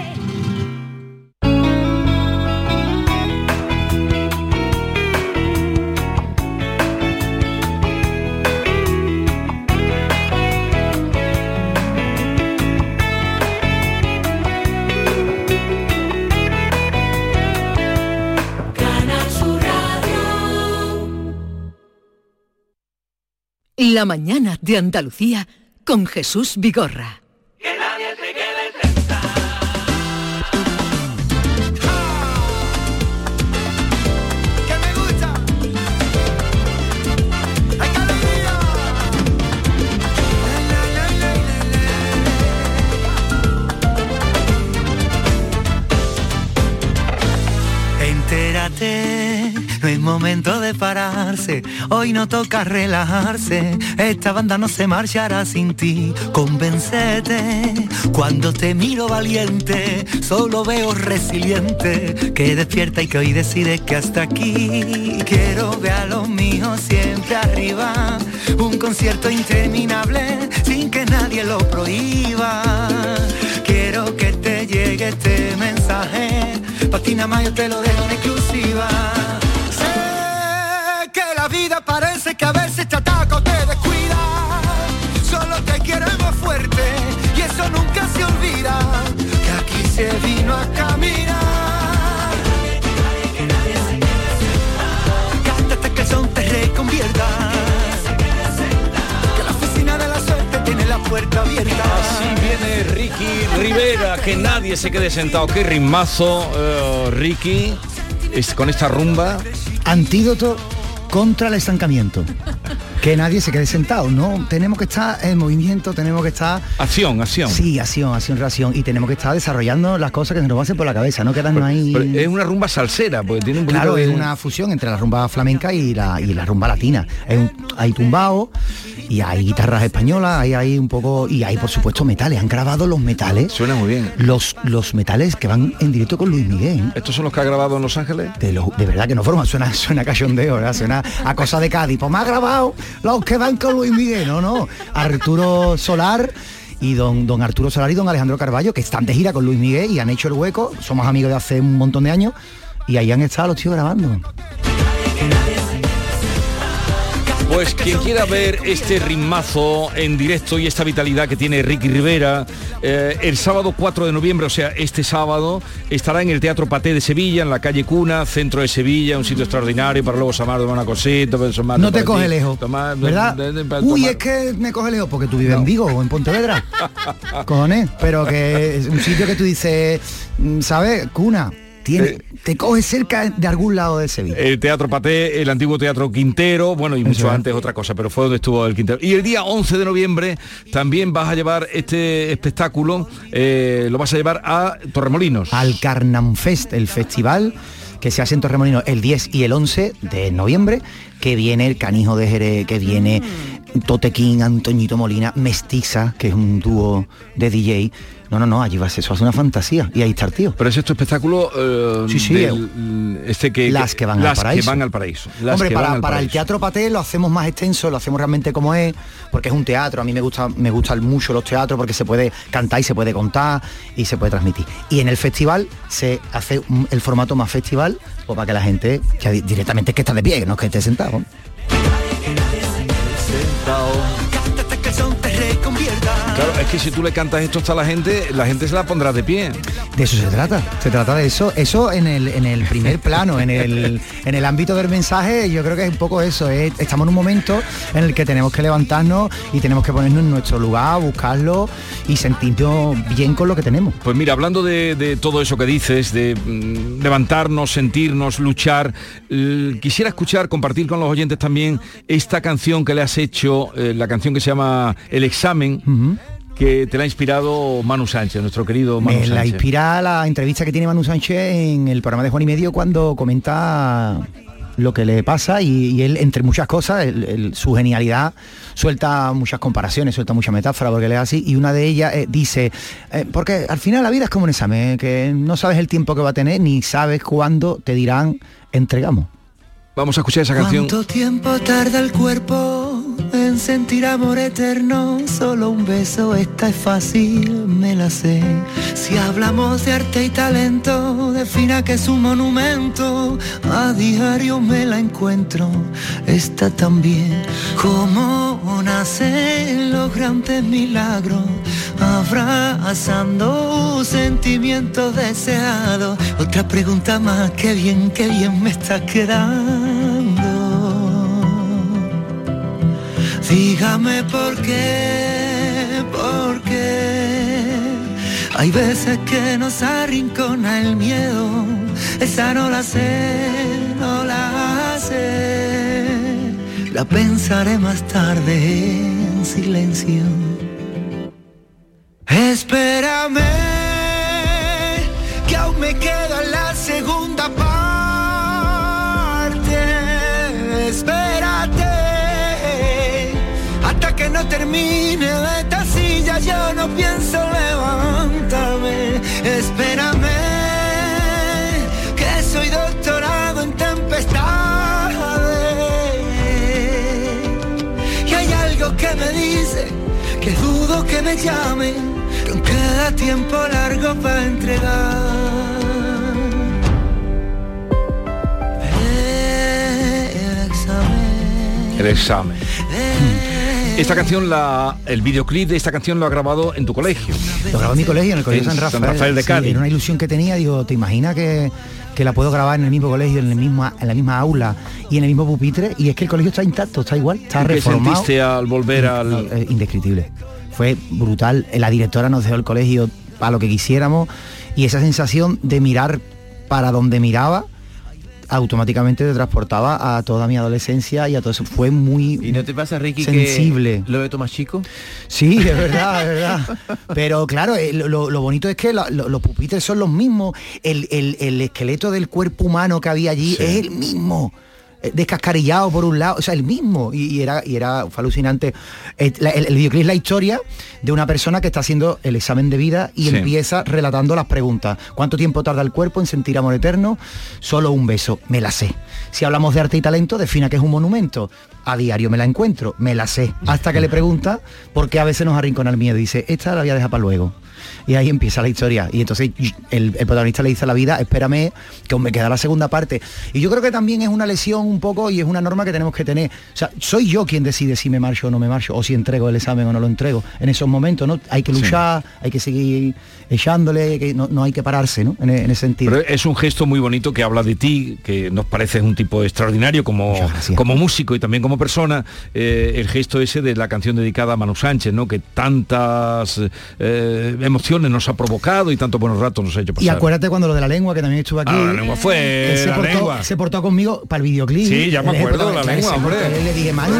La mañana de Andalucía con Jesús Vigorra. Entérate, no es momento de pararse, hoy no toca relajarse, esta banda no se marchará sin ti, convéncete, cuando te miro valiente, solo veo resiliente, que despierta y que hoy decide que hasta aquí, quiero ver a los míos siempre arriba, un concierto interminable, sin que nadie lo prohíba, quiero que te llegue este mensaje, Patina Mayo te lo dejo en exclusiva. Sé que la vida parece que a veces te ataca o te descuida. Solo te queremos fuerte y eso nunca se olvida. Que aquí se vino a caminar. Cántate que el son te reconvierta. Que la oficina de la suerte tiene la puerta abierta. Así viene Ricky Rivera, que nadie se quede sentado. Qué ritmazo, Ricky, con esta rumba. Antídoto contra el estancamiento. Que nadie se quede sentado, ¿no? Tenemos que estar en movimiento, tenemos que estar... Acción. Sí, acción. Y tenemos que estar desarrollando las cosas que se nos pasen por la cabeza, no quedarnos ahí... Pero es una rumba salsera, porque tiene un poquito Claro, de... es una fusión entre la rumba flamenca y la rumba latina. Hay tumbao y hay guitarras españolas, hay un poco... Y hay, por supuesto, metales. Han grabado los metales. Suena muy bien. Los metales que van en directo con Luis Miguel, ¿eh? ¿Estos son los que ha grabado en Los Ángeles? De verdad que no forma, suena cachondeo, ¿verdad? Suena a cosa de Cádiz. Pues me ha grabado los que van con Luis Miguel, no. Arturo Solar y don Arturo Solar y don Alejandro Carballo, que están de gira con Luis Miguel y han hecho el hueco, somos amigos de hace un montón de años y ahí han estado los tíos grabando. Pues quien quiera ver este ritmazo en directo y esta vitalidad que tiene Ricky Rivera, el sábado 4 de noviembre, o sea, este sábado, estará en el Teatro Paté de Sevilla, en la calle Cuna, centro de Sevilla, un sitio extraordinario para luego tomar una cosita. No te coge lejos, ¿verdad? Uy, es que me coge lejos porque tú vives en Vigo o en Pontevedra. Cojones, pero que es un sitio que tú dices, ¿sabes? Cuna. Te coge cerca de algún lado de Sevilla. El Teatro Paté, el antiguo Teatro Quintero, bueno, y mucho antes otra cosa, pero fue donde estuvo el Quintero. Y el día 11 de noviembre también vas a llevar este espectáculo, lo vas a llevar a Torremolinos. Al Carnamfest, el festival que se hace en Torremolinos el 10 y el 11 de noviembre, que viene el Canijo de Jerez, que viene Tote King, Antoñito Molina, Mestiza, que es un dúo de DJ. No, allí va a ser, eso va a ser una fantasía. Y ahí está el tío. Pero es este espectáculo las que van al paraíso. Hombre, para el Teatro Paté lo hacemos más extenso, lo hacemos realmente como es, porque es un teatro. A mí me gustan mucho los teatros porque se puede cantar y se puede contar y se puede transmitir. Y en el festival se hace el formato más festival, pues para que la gente ya directamente es que está de pie, no es que esté sentado. Claro, es que si tú le cantas esto a la gente se la pondrá de pie. De eso se trata de eso. Eso en el primer plano, en el ámbito del mensaje, yo creo que es un poco eso. Estamos en un momento en el que tenemos que levantarnos y tenemos que ponernos en nuestro lugar, buscarlo y sentirnos bien con lo que tenemos. Pues mira, hablando de todo eso que dices, de levantarnos, sentirnos, luchar, quisiera compartir con los oyentes también esta canción que le has hecho, la canción que se llama El Examen, que te la ha inspirado Manu Sánchez, nuestro querido Manu Sánchez. La inspira la entrevista que tiene Manu Sánchez en el programa de Juan y Medio cuando comenta lo que le pasa y él, entre muchas cosas, su genialidad, suelta muchas comparaciones, suelta mucha metáfora, porque le es así, y una de ellas dice, porque al final la vida es como un examen, que no sabes el tiempo que va a tener, ni sabes cuándo te dirán, entregamos. Vamos a escuchar esa canción. ¿Cuánto tiempo tarda el cuerpo en sentir amor eterno? Solo un beso, esta es fácil, me la sé. Si hablamos de arte y talento, defina que es un monumento. A diario me la encuentro, esta también. ¿Cómo nacen los grandes milagros? Abrazando sentimientos deseados. Otra pregunta más, qué bien me está quedando. Dígame por qué hay veces que nos arrincona el miedo. Esa no la sé, la pensaré más tarde en silencio. Espérame, que aún me queda la segunda parte. Espérate, hasta que no termine de esta silla yo no pienso levantarme. Espérame, que soy doctorado en tempestades. Y hay algo que me dice que dudo que me llamen. No queda tiempo largo para entregar. El examen. Esta canción, el videoclip de esta canción lo ha grabado en tu colegio. Lo grabó en mi colegio, en el colegio San Rafael de Cádiz. Sí, era una ilusión que tenía, digo, ¿te imaginas que la puedo grabar en el mismo colegio, en la misma aula y en el mismo pupitre? Y es que el colegio está intacto, está igual, está reformado. ¿Qué sentiste al volver al...? Indescriptible. Fue brutal. La directora nos dejó el colegio a lo que quisiéramos y esa sensación de mirar para donde miraba automáticamente te transportaba a toda mi adolescencia y a todo eso. Fue muy ¿Y no te pasa, Ricky, sensible. Que lo veo más chico? Sí, es verdad, es verdad. Pero claro, lo bonito es que los pupitres son los mismos. El esqueleto del cuerpo humano que había allí es el mismo. Descascarillado por un lado, o sea, el mismo, y fue alucinante. El videoclip es la historia de una persona que está haciendo el examen de vida y empieza relatando las preguntas. ¿Cuánto tiempo tarda el cuerpo en sentir amor eterno? Solo un beso, me la sé. Si hablamos de arte y talento, defina que es un monumento. A diario me la encuentro, me la sé. Hasta que le pregunta por qué a veces nos arrincona el miedo y dice, esta la voy a dejar para luego. Y ahí empieza la historia. Y entonces el protagonista le dice a la vida, espérame, que aún me queda la segunda parte. Y yo creo que también es una lesión un poco y es una norma que tenemos que tener. O sea, soy yo quien decide si me marcho o no me marcho, o si entrego el examen o no lo entrego. En esos momentos, ¿no? Hay que luchar, hay que seguir echándole, no hay que pararse, ¿no? En ese sentido. Pero es un gesto muy bonito que habla de ti, que nos parece un tipo extraordinario como músico y también como persona. El gesto ese de la canción dedicada a Manu Sánchez, ¿no? Que tantas emociones nos ha provocado y tantos buenos ratos nos ha hecho pasar. Y acuérdate cuando lo de la lengua, que también estuvo aquí. La lengua fue se portó conmigo para el videoclip. Sí, ya me acuerdo de la lengua, hombre. Le dije, Manu,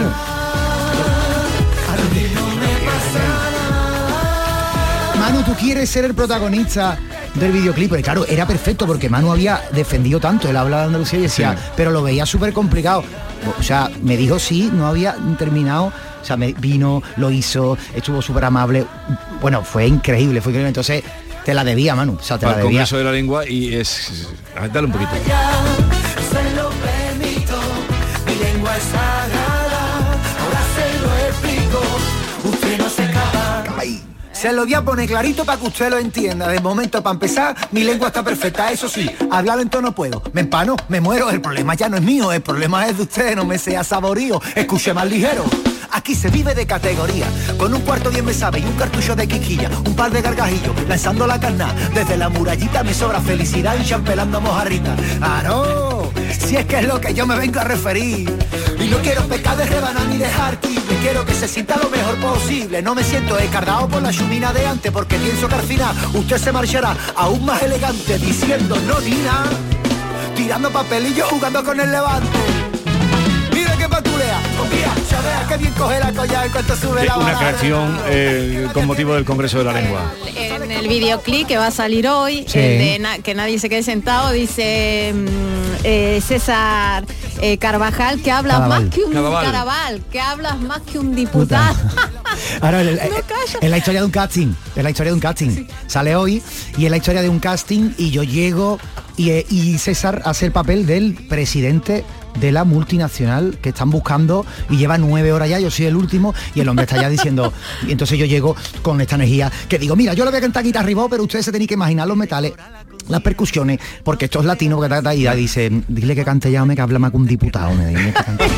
¿tú quieres ser el protagonista del videoclip? Porque claro, era perfecto porque Manu había defendido tanto, él hablaba de Andalucía y decía, pero lo veía súper complicado. O sea, me dijo sí, no había terminado. O sea, me vino, lo hizo, estuvo súper amable. Bueno, fue increíble. Entonces, te la debía, Manu. O sea, te la debía. El Congreso de la Lengua y es... Dale un poquito. Se lo permito, mi lengua es sagrada, ahora se lo explico, usted no se escapa. Se lo voy a poner clarito para que usted lo entienda. De momento, para empezar, mi lengua está perfecta. Eso sí, hablar en tono puedo. Me empano, me muero. El problema ya no es mío, el problema es de usted. No me sea saborío, escuche más ligero. Aquí se vive de categoría, con un cuarto bien me sabe y un cartucho de quiquilla, un par de gargajillos, lanzando la carná. Desde la murallita me sobra felicidad y champelando mojarrita. ¡Ah, no! Si es que es lo que yo me vengo a referir. Y no quiero pecar de rebanar ni dejar tible. Quiero que se sienta lo mejor posible. No me siento escardado por la chumina de antes, porque pienso que al final usted se marchará aún más elegante, diciendo no ni nada, tirando papelillos, jugando con el Levante. Mira que patulea, confía, ya vea que bien coge la colla en cuanto sube la Una bala. creación con motivo del Congreso de la Lengua. En el videoclip que va a salir hoy, Sí. el de que nadie se quede sentado, dice César Carvajal, que hablas Cadaval. más que un Cadaval. Cadaval, que hablas más que un diputado. Ahora, es la historia de un casting. Es la historia de un casting. Sale hoy y es la historia de un casting y yo llego y César hace el papel del presidente de la multinacional que están buscando y lleva 9 horas ya, yo soy el último y el hombre está ya diciendo, y entonces yo llego con esta energía que digo, mira, yo le voy a cantar guitarra y voz, pero ustedes se tienen que imaginar los metales, las percusiones, porque esto es latino, porque y ya dice, dile que cante ya, que habla más que un diputado, me dice que cante.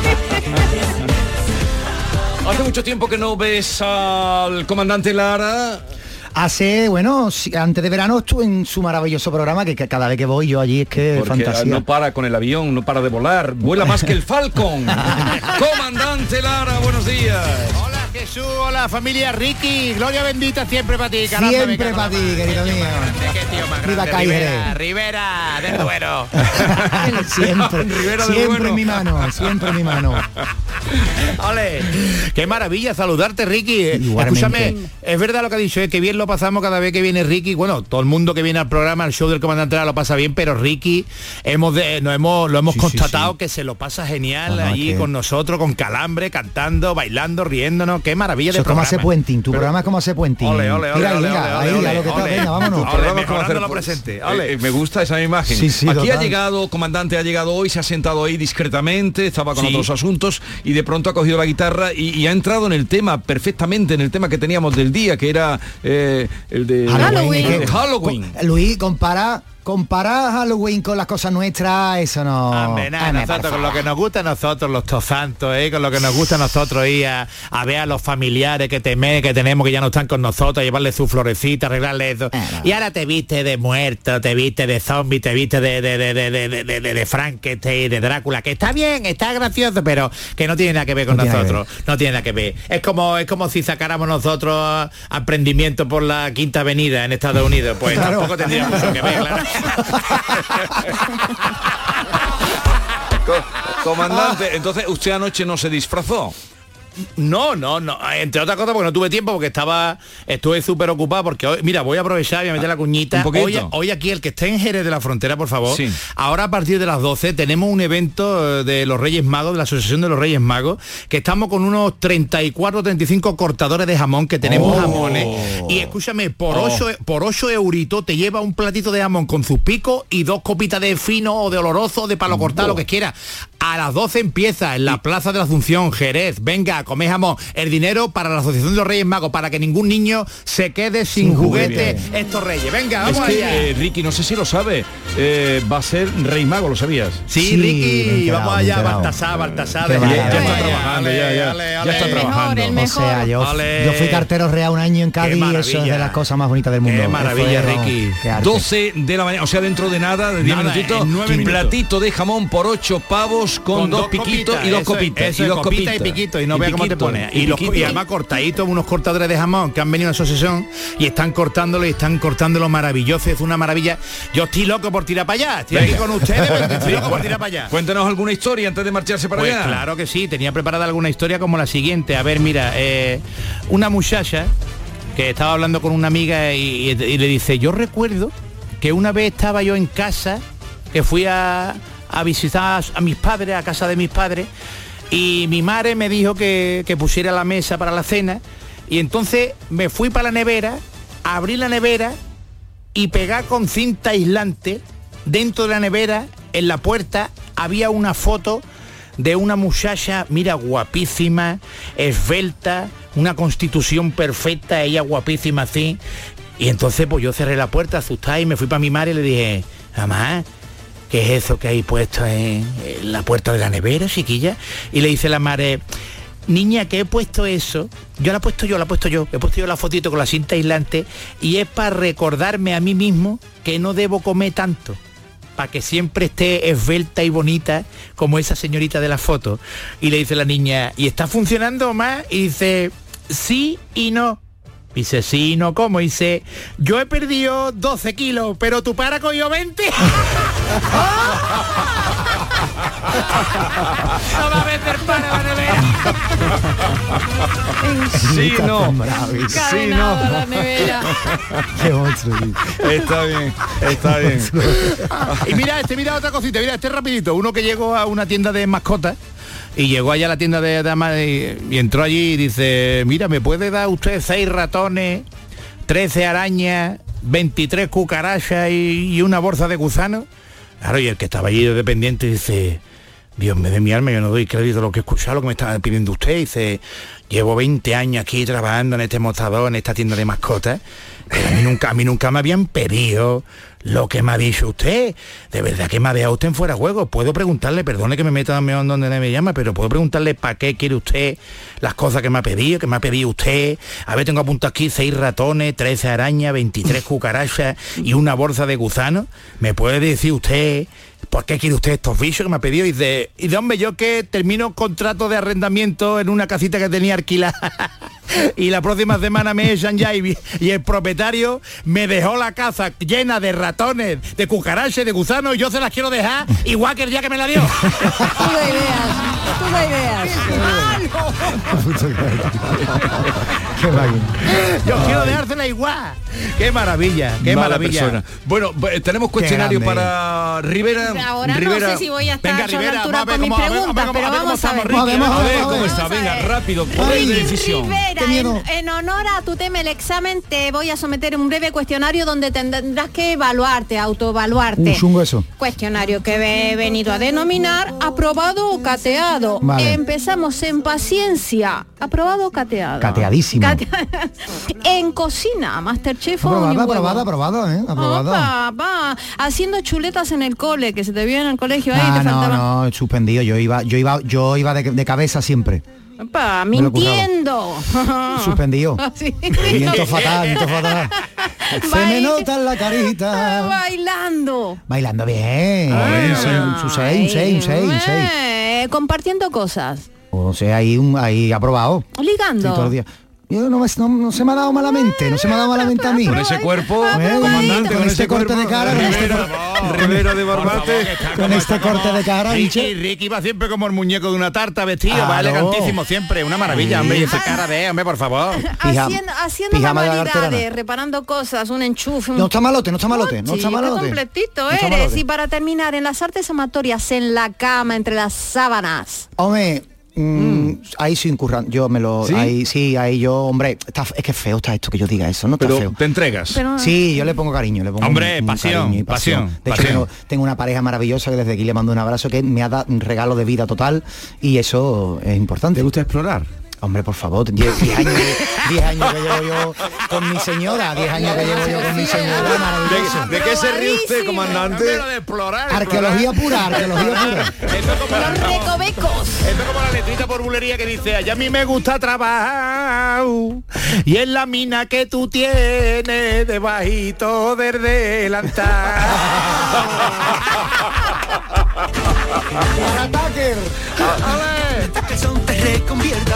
Hace mucho tiempo que no ves al comandante Lara. Hace, bueno, antes de verano estuve en su maravilloso programa, que cada vez que voy yo allí es que Porque fantasía. no para con el avión, no para de volar, vuela más que el Falcon. Comandante Lara, buenos días. Hola Jesús, hola familia Ricky, gloria bendita siempre para ti, caramba. Siempre para ti, querido mío. Qué tío más Viva grande, Cáceres. Rivera del Duero. Siempre, Rivera del siempre Duero. en mi mano, siempre en mi mano. Ole, qué maravilla saludarte, Ricky. Igualmente. Escúchame, es verdad lo que ha dicho, que bien lo pasamos cada vez que viene Ricky. Bueno, todo el mundo que viene al programa, al show del comandante Lara lo pasa bien, pero Ricky lo hemos constatado que se lo pasa genial allí con nosotros, con calambre, cantando, bailando, riéndonos. Qué maravilla de Eso es como programa. hace puenting, tu programa es como hace puenting. Ole, ole, ole, Mira, ole, venga, ole, ahí, ole, a lo que está, ole. venga, vámonos. Ole, Programas como mejorando hacer- lo presente. Ole. Me gusta esa imagen. Sí, sí, Aquí ha total. llegado, comandante ha llegado hoy, se ha sentado ahí discretamente, estaba con Sí. otros asuntos y de pronto ha cogido la guitarra y ha entrado en el tema perfectamente, en el tema que teníamos del día, que era el de Halloween. el de Halloween. Luis, compara Halloween con las cosas nuestras, eso no. Hombre, nada, Hombre, nosotros por con lo que nos gusta a nosotros los tosantos, con lo que nos gusta a nosotros ir a ver a los familiares que tenemos que ya no están con nosotros, llevarle su florecita, arreglarle eso. Y ahora te viste de muerto, te viste de zombie, te viste de Frankenstein, de Drácula, que está bien, está gracioso, pero que no tiene nada que ver con No tiene nosotros. No tiene nada que ver. Es como si sacáramos nosotros emprendimiento por la Quinta Avenida en Estados Unidos. Pues Claro. tampoco tendría mucho que ver, claro. Comandante, entonces usted anoche no se disfrazó. No, entre otras cosas porque no tuve tiempo, porque estuve súper ocupado, porque hoy, mira, voy a aprovechar, voy a meter la cuñita. Un poquito. Hoy aquí, el que esté en Jerez de la Frontera, por favor, Sí. ahora a partir de las 12 tenemos un evento de los Reyes Magos, de la Asociación de los Reyes Magos, que estamos con unos 34, 35 cortadores de jamón, que tenemos jamones, y escúchame, por 8 euritos te lleva un platito de jamón con sus picos y 2 copitas de fino o de oloroso, de palo cortado, lo que quiera. A las 12 empieza en la Plaza de la Asunción, Jerez. Venga, a comer jamón. El dinero para la Asociación de los Reyes Magos, para que ningún niño se quede sin juguete estos reyes. Venga, Es vamos que allá. Ricky, no sé si lo sabe, va a ser Rey Mago, ¿lo sabías? Sí, Ricky, vamos allá, Baltasar. Qué Ya está maravilla. trabajando, ya está trabajando. el O sea, yo fui cartero real un año en Cádiz y eso es maravilla. de las cosas más bonitas del mundo. Qué maravilla, Fue, Ricky. qué arte. 12 de la mañana, o sea, dentro de nada, de 10 Nada, minutitos, en 9 minutos. platito de jamón por 8 pavos con 2 piquitos y 2 copitas. Eso, y 2 copita y piquito, y no vea cómo te pone. Y además cortaditos, unos cortadores de jamón que han venido a la asociación y están cortándolo maravilloso, es una maravilla. Yo estoy loco por tirar para allá, estoy aquí con ustedes, pero estoy loco por tirar para allá. Cuéntanos alguna historia antes de marcharse para Pues allá. claro que sí, tenía preparada alguna historia como la siguiente. A ver, mira, una muchacha que estaba hablando con una amiga y le dice, yo recuerdo que una vez estaba yo en casa, que fui a a visitar a mis padres, a casa de mis padres, y mi madre me dijo que pusiera la mesa para la cena, y entonces me fui para la nevera, abrí la nevera y pegar con cinta aislante dentro de la nevera, en la puerta, había una foto de una muchacha, mira, guapísima, esbelta, una constitución perfecta, ella guapísima así. Y entonces pues yo cerré la puerta asustada y me fui para mi madre y le dije, mamá, ¿qué es eso que hay puesto en la puerta de la nevera, chiquilla? Y le dice la madre, niña, que he puesto eso, he puesto yo la fotito con la cinta aislante, y es para recordarme a mí mismo que no debo comer tanto, para que siempre esté esbelta y bonita como esa señorita de la foto. Y le dice la niña, ¿y está funcionando más? Y dice, sí y no. Dice, sí y no, ¿cómo? Y dice, yo he perdido 12 kilos, pero tu para cogió 20. No va a vender para la nevera. Sí, no. Sí, no. La nevera. Qué monstruo. Está bien. Y mira otra cosita, mira, rapidito. Uno que llegó a una tienda de mascotas y llegó allá a la tienda de damas y entró allí y dice, mira, ¿me puede dar usted 6 ratones, 13 arañas, 23 cucarachas y una bolsa de gusanos? Claro, y el que estaba allí de dependiente dice, Dios me dé mi alma, yo no doy crédito a lo que he escuchado, lo que me estaba pidiendo usted. Dice, llevo 20 años aquí trabajando en este mostrador, en esta tienda de mascotas, pero a mí nunca me habían pedido lo que me ha dicho usted. De verdad que me ha dejado usted en fuera de juego. Puedo preguntarle, perdone que me meta donde me llama, pero puedo preguntarle para qué quiere usted las cosas que me ha pedido usted. A ver, tengo apuntado aquí 6 ratones, 13 arañas, 23 cucarachas y una bolsa de gusanos. ¿Me puede decir usted por qué quiere usted estos bichos que me ha pedido? Y de hombre, yo que termino contrato de arrendamiento en una casita que tenía alquilada y la próxima semana me echan ya y el propietario me dejó la casa llena de ratones, de cucarachas, de gusanos, y yo se las quiero dejar igual que el día que me la dio. Tú no ideas. Yo quiero dejársela igual. Qué maravilla, qué maravilla. Persona. Bueno, tenemos cuestionario para Rivera. Ahora Rivera. No sé si voy a estar venga, a la Rivera, altura con mis preguntas, pero vamos a ver. A ver cómo está, venga, rápido, poder de decisión. Rivera, en honor a tu tema, el examen, te voy a someter un breve cuestionario donde tendrás que autoevaluarte. Chungo eso. Cuestionario que he venido a denominar aprobado o cateado. Vale. Empezamos en paciencia. ¿Aprobado o cateado? Cateadísimo. En cocina, Masterchef. Aprobado. Opa. Haciendo chuletas en el cole, que se te vio en el colegio ahí, te faltaba. No, suspendido. Yo iba de cabeza siempre. Opa, mintiendo. Suspendido. Sí. Viento fatal. Se me nota en la carita. Bailando bien. Un 6. Compartiendo cosas. O sea, ahí aprobado. Ligando. Sí, todos los días. Yo no se me ha dado malamente, a mí. Con ese cuerpo, comandante, con este corte de cara, Rivera de Barbate, con este corte de cara, Ricky va siempre como el muñeco de una tarta vestido, va elegantísimo siempre, una maravilla, hombre, y esa cara de, hombre, por favor. Haciendo manualidades, reparando cosas, un enchufe. No está malote. Qué completito eres. Y para terminar, en las artes amatorias, en la cama, entre las sábanas. Hombre, ahí sí incurran, ¿Sí? Ahí yo, hombre, es que feo está esto que yo diga eso, no está pero feo. ¿Te entregas? Sí, yo le pongo cariño, hombre, pasión. De hecho, tengo una pareja maravillosa que desde aquí le mando un abrazo, que me ha dado un regalo de vida total, y eso es importante. ¿Te gusta explorar? Hombre, por favor, 10 años que llevo yo con mi señora, maravilloso. ¿De qué se ríe usted, comandante? De explorar. Arqueología pura. Eso como los recovecos. Esto como la letrita por bulería que dice, allá a mí me gusta trabajar y en la mina que tú tienes debajito del delantal. ¡Ataque! Que son te reconvierta,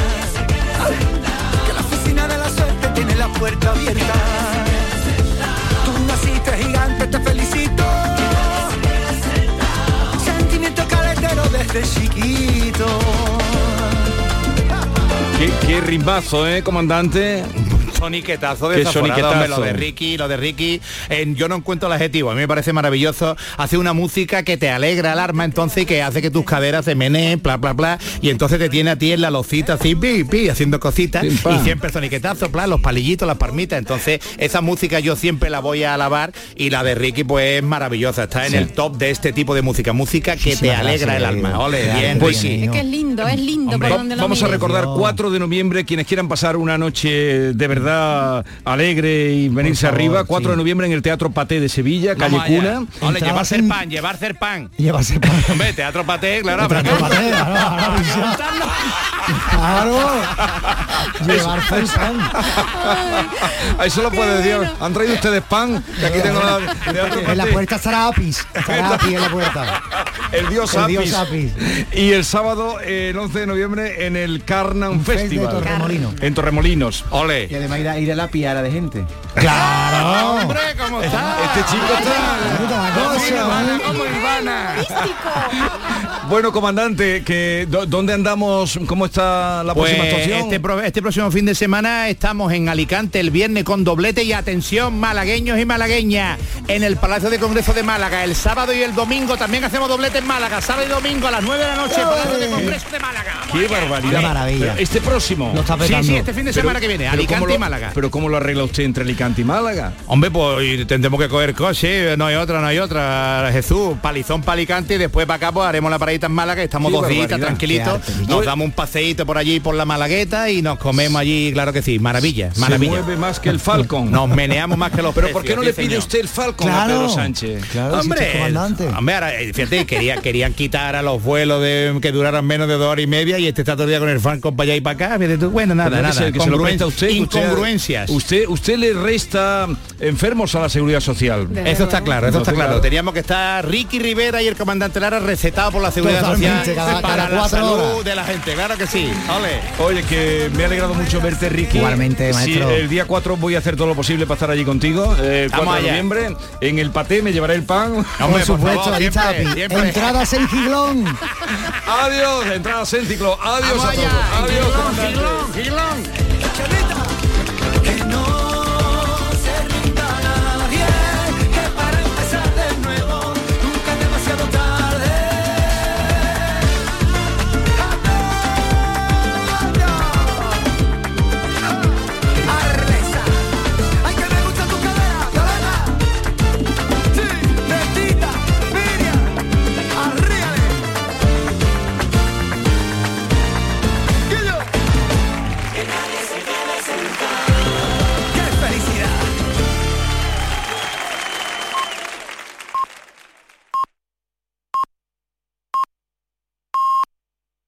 que la oficina de la suerte tiene la puerta abierta. Tú naciste gigante, te felicito. Sentimiento caletero desde chiquito. Qué rimbazo, comandante. soniquetazo Qué desaforado, soniquetazo. hombre, lo de Ricky, yo no encuentro el adjetivo, a mí me parece maravilloso, hace una música que te alegra el alma, entonces, que hace que tus caderas se meneen, bla, bla, bla, y entonces te tiene a ti en la locita así, pi, pi, haciendo cositas, y siempre soniquetazo, bla, los palillitos, las palmitas, entonces esa música yo siempre la voy a alabar, y la de Ricky pues es maravillosa, está en el top de este tipo de música que te alegra el alma. Ole, bien, pues Ricky. Es que es lindo, Hombre, por donde lo Vamos a mires. recordar 4 de noviembre, quienes quieran pasar una noche de verdad alegre y venirse arriba, 4 de noviembre en el Teatro Paté de Sevilla, calle Vamos allá. Cuna. Ole, llevarse el pan, llevarse el pan. Llevarse pan. Hombre, Teatro Paté, claro. Teatro Paté, claro. Llevarse el pan. Eso lo puede decir. ¿Han traído ustedes pan? Que aquí tengo la Teatro En la Paté. puerta estará Apis. Estará Apis en la puerta. El dios El dios Apis. Y el sábado, el 11 de noviembre, en el Carnan Festival. de Torremolinos. En Torremolinos. Ole. Y además ir a la piara de gente. ¡Claro! Hombre, ¿cómo está? Este chico está... Como Ivana. Bueno, comandante, ¿dónde andamos? ¿Cómo está la próxima actuación? Este próximo fin de semana estamos en Alicante el viernes con doblete y atención, malagueños y malagueñas, en el Palacio de Congreso de Málaga. El sábado y el domingo también hacemos doblete en Málaga, sábado y domingo a las 9 de la noche, Palacio de Congreso de Málaga. ¡Qué barbaridad! Qué maravilla. Este próximo. Lo está petando. Sí, este fin de semana que viene, Alicante y Málaga. ¿Pero cómo lo arregla usted entre Alicante y Málaga? Hombre, pues tendremos que coger coche, no hay otra, Jesús, palizón para Alicante y después para acá pues haremos la paradita en Málaga, estamos Qué 2 días barbaridad. tranquilitos, nos damos un paseíto por allí por la Malagueta y nos comemos allí, claro que sí, maravilla. Se mueve más que el Falcon. Nos meneamos más que los Pero precios, ¿por qué no sí, le pide señor. usted el Falcon a Claro. Pedro Sánchez? Claro, si usted es comandante. Hombre, ahora, fíjate, querían quitar a los vuelos que duraran menos de 2 horas y media y este está todo el día con el Falcon para allá y para acá, fíjate tú, bueno, nada, Tendrá que nada, ser que se lo presta usted, incongruencias. Usted le resta enfermos a la Seguridad Social. Eso está claro, eso está Entonces, claro. Teníamos que estar Ricky Rivera y el comandante Lara recetados por la Seguridad Totalmente, Social para cada la 4 salud horas. de la gente, claro que sí. Ole. Oye, que me ha alegrado mucho verte, Ricky. Igualmente, maestro. Sí, el día 4 voy a hacer todo lo posible para estar allí contigo. El 4 de allá. noviembre, en el Paté me llevaré el pan. Hombre, Por supuesto, favor, ahí está siempre, Apis. siempre. Entradas en Giglón. Adiós, entrada Cénticlo. Adiós Vamos a allá, todos. Adiós, Gilón, comandante. Gilón.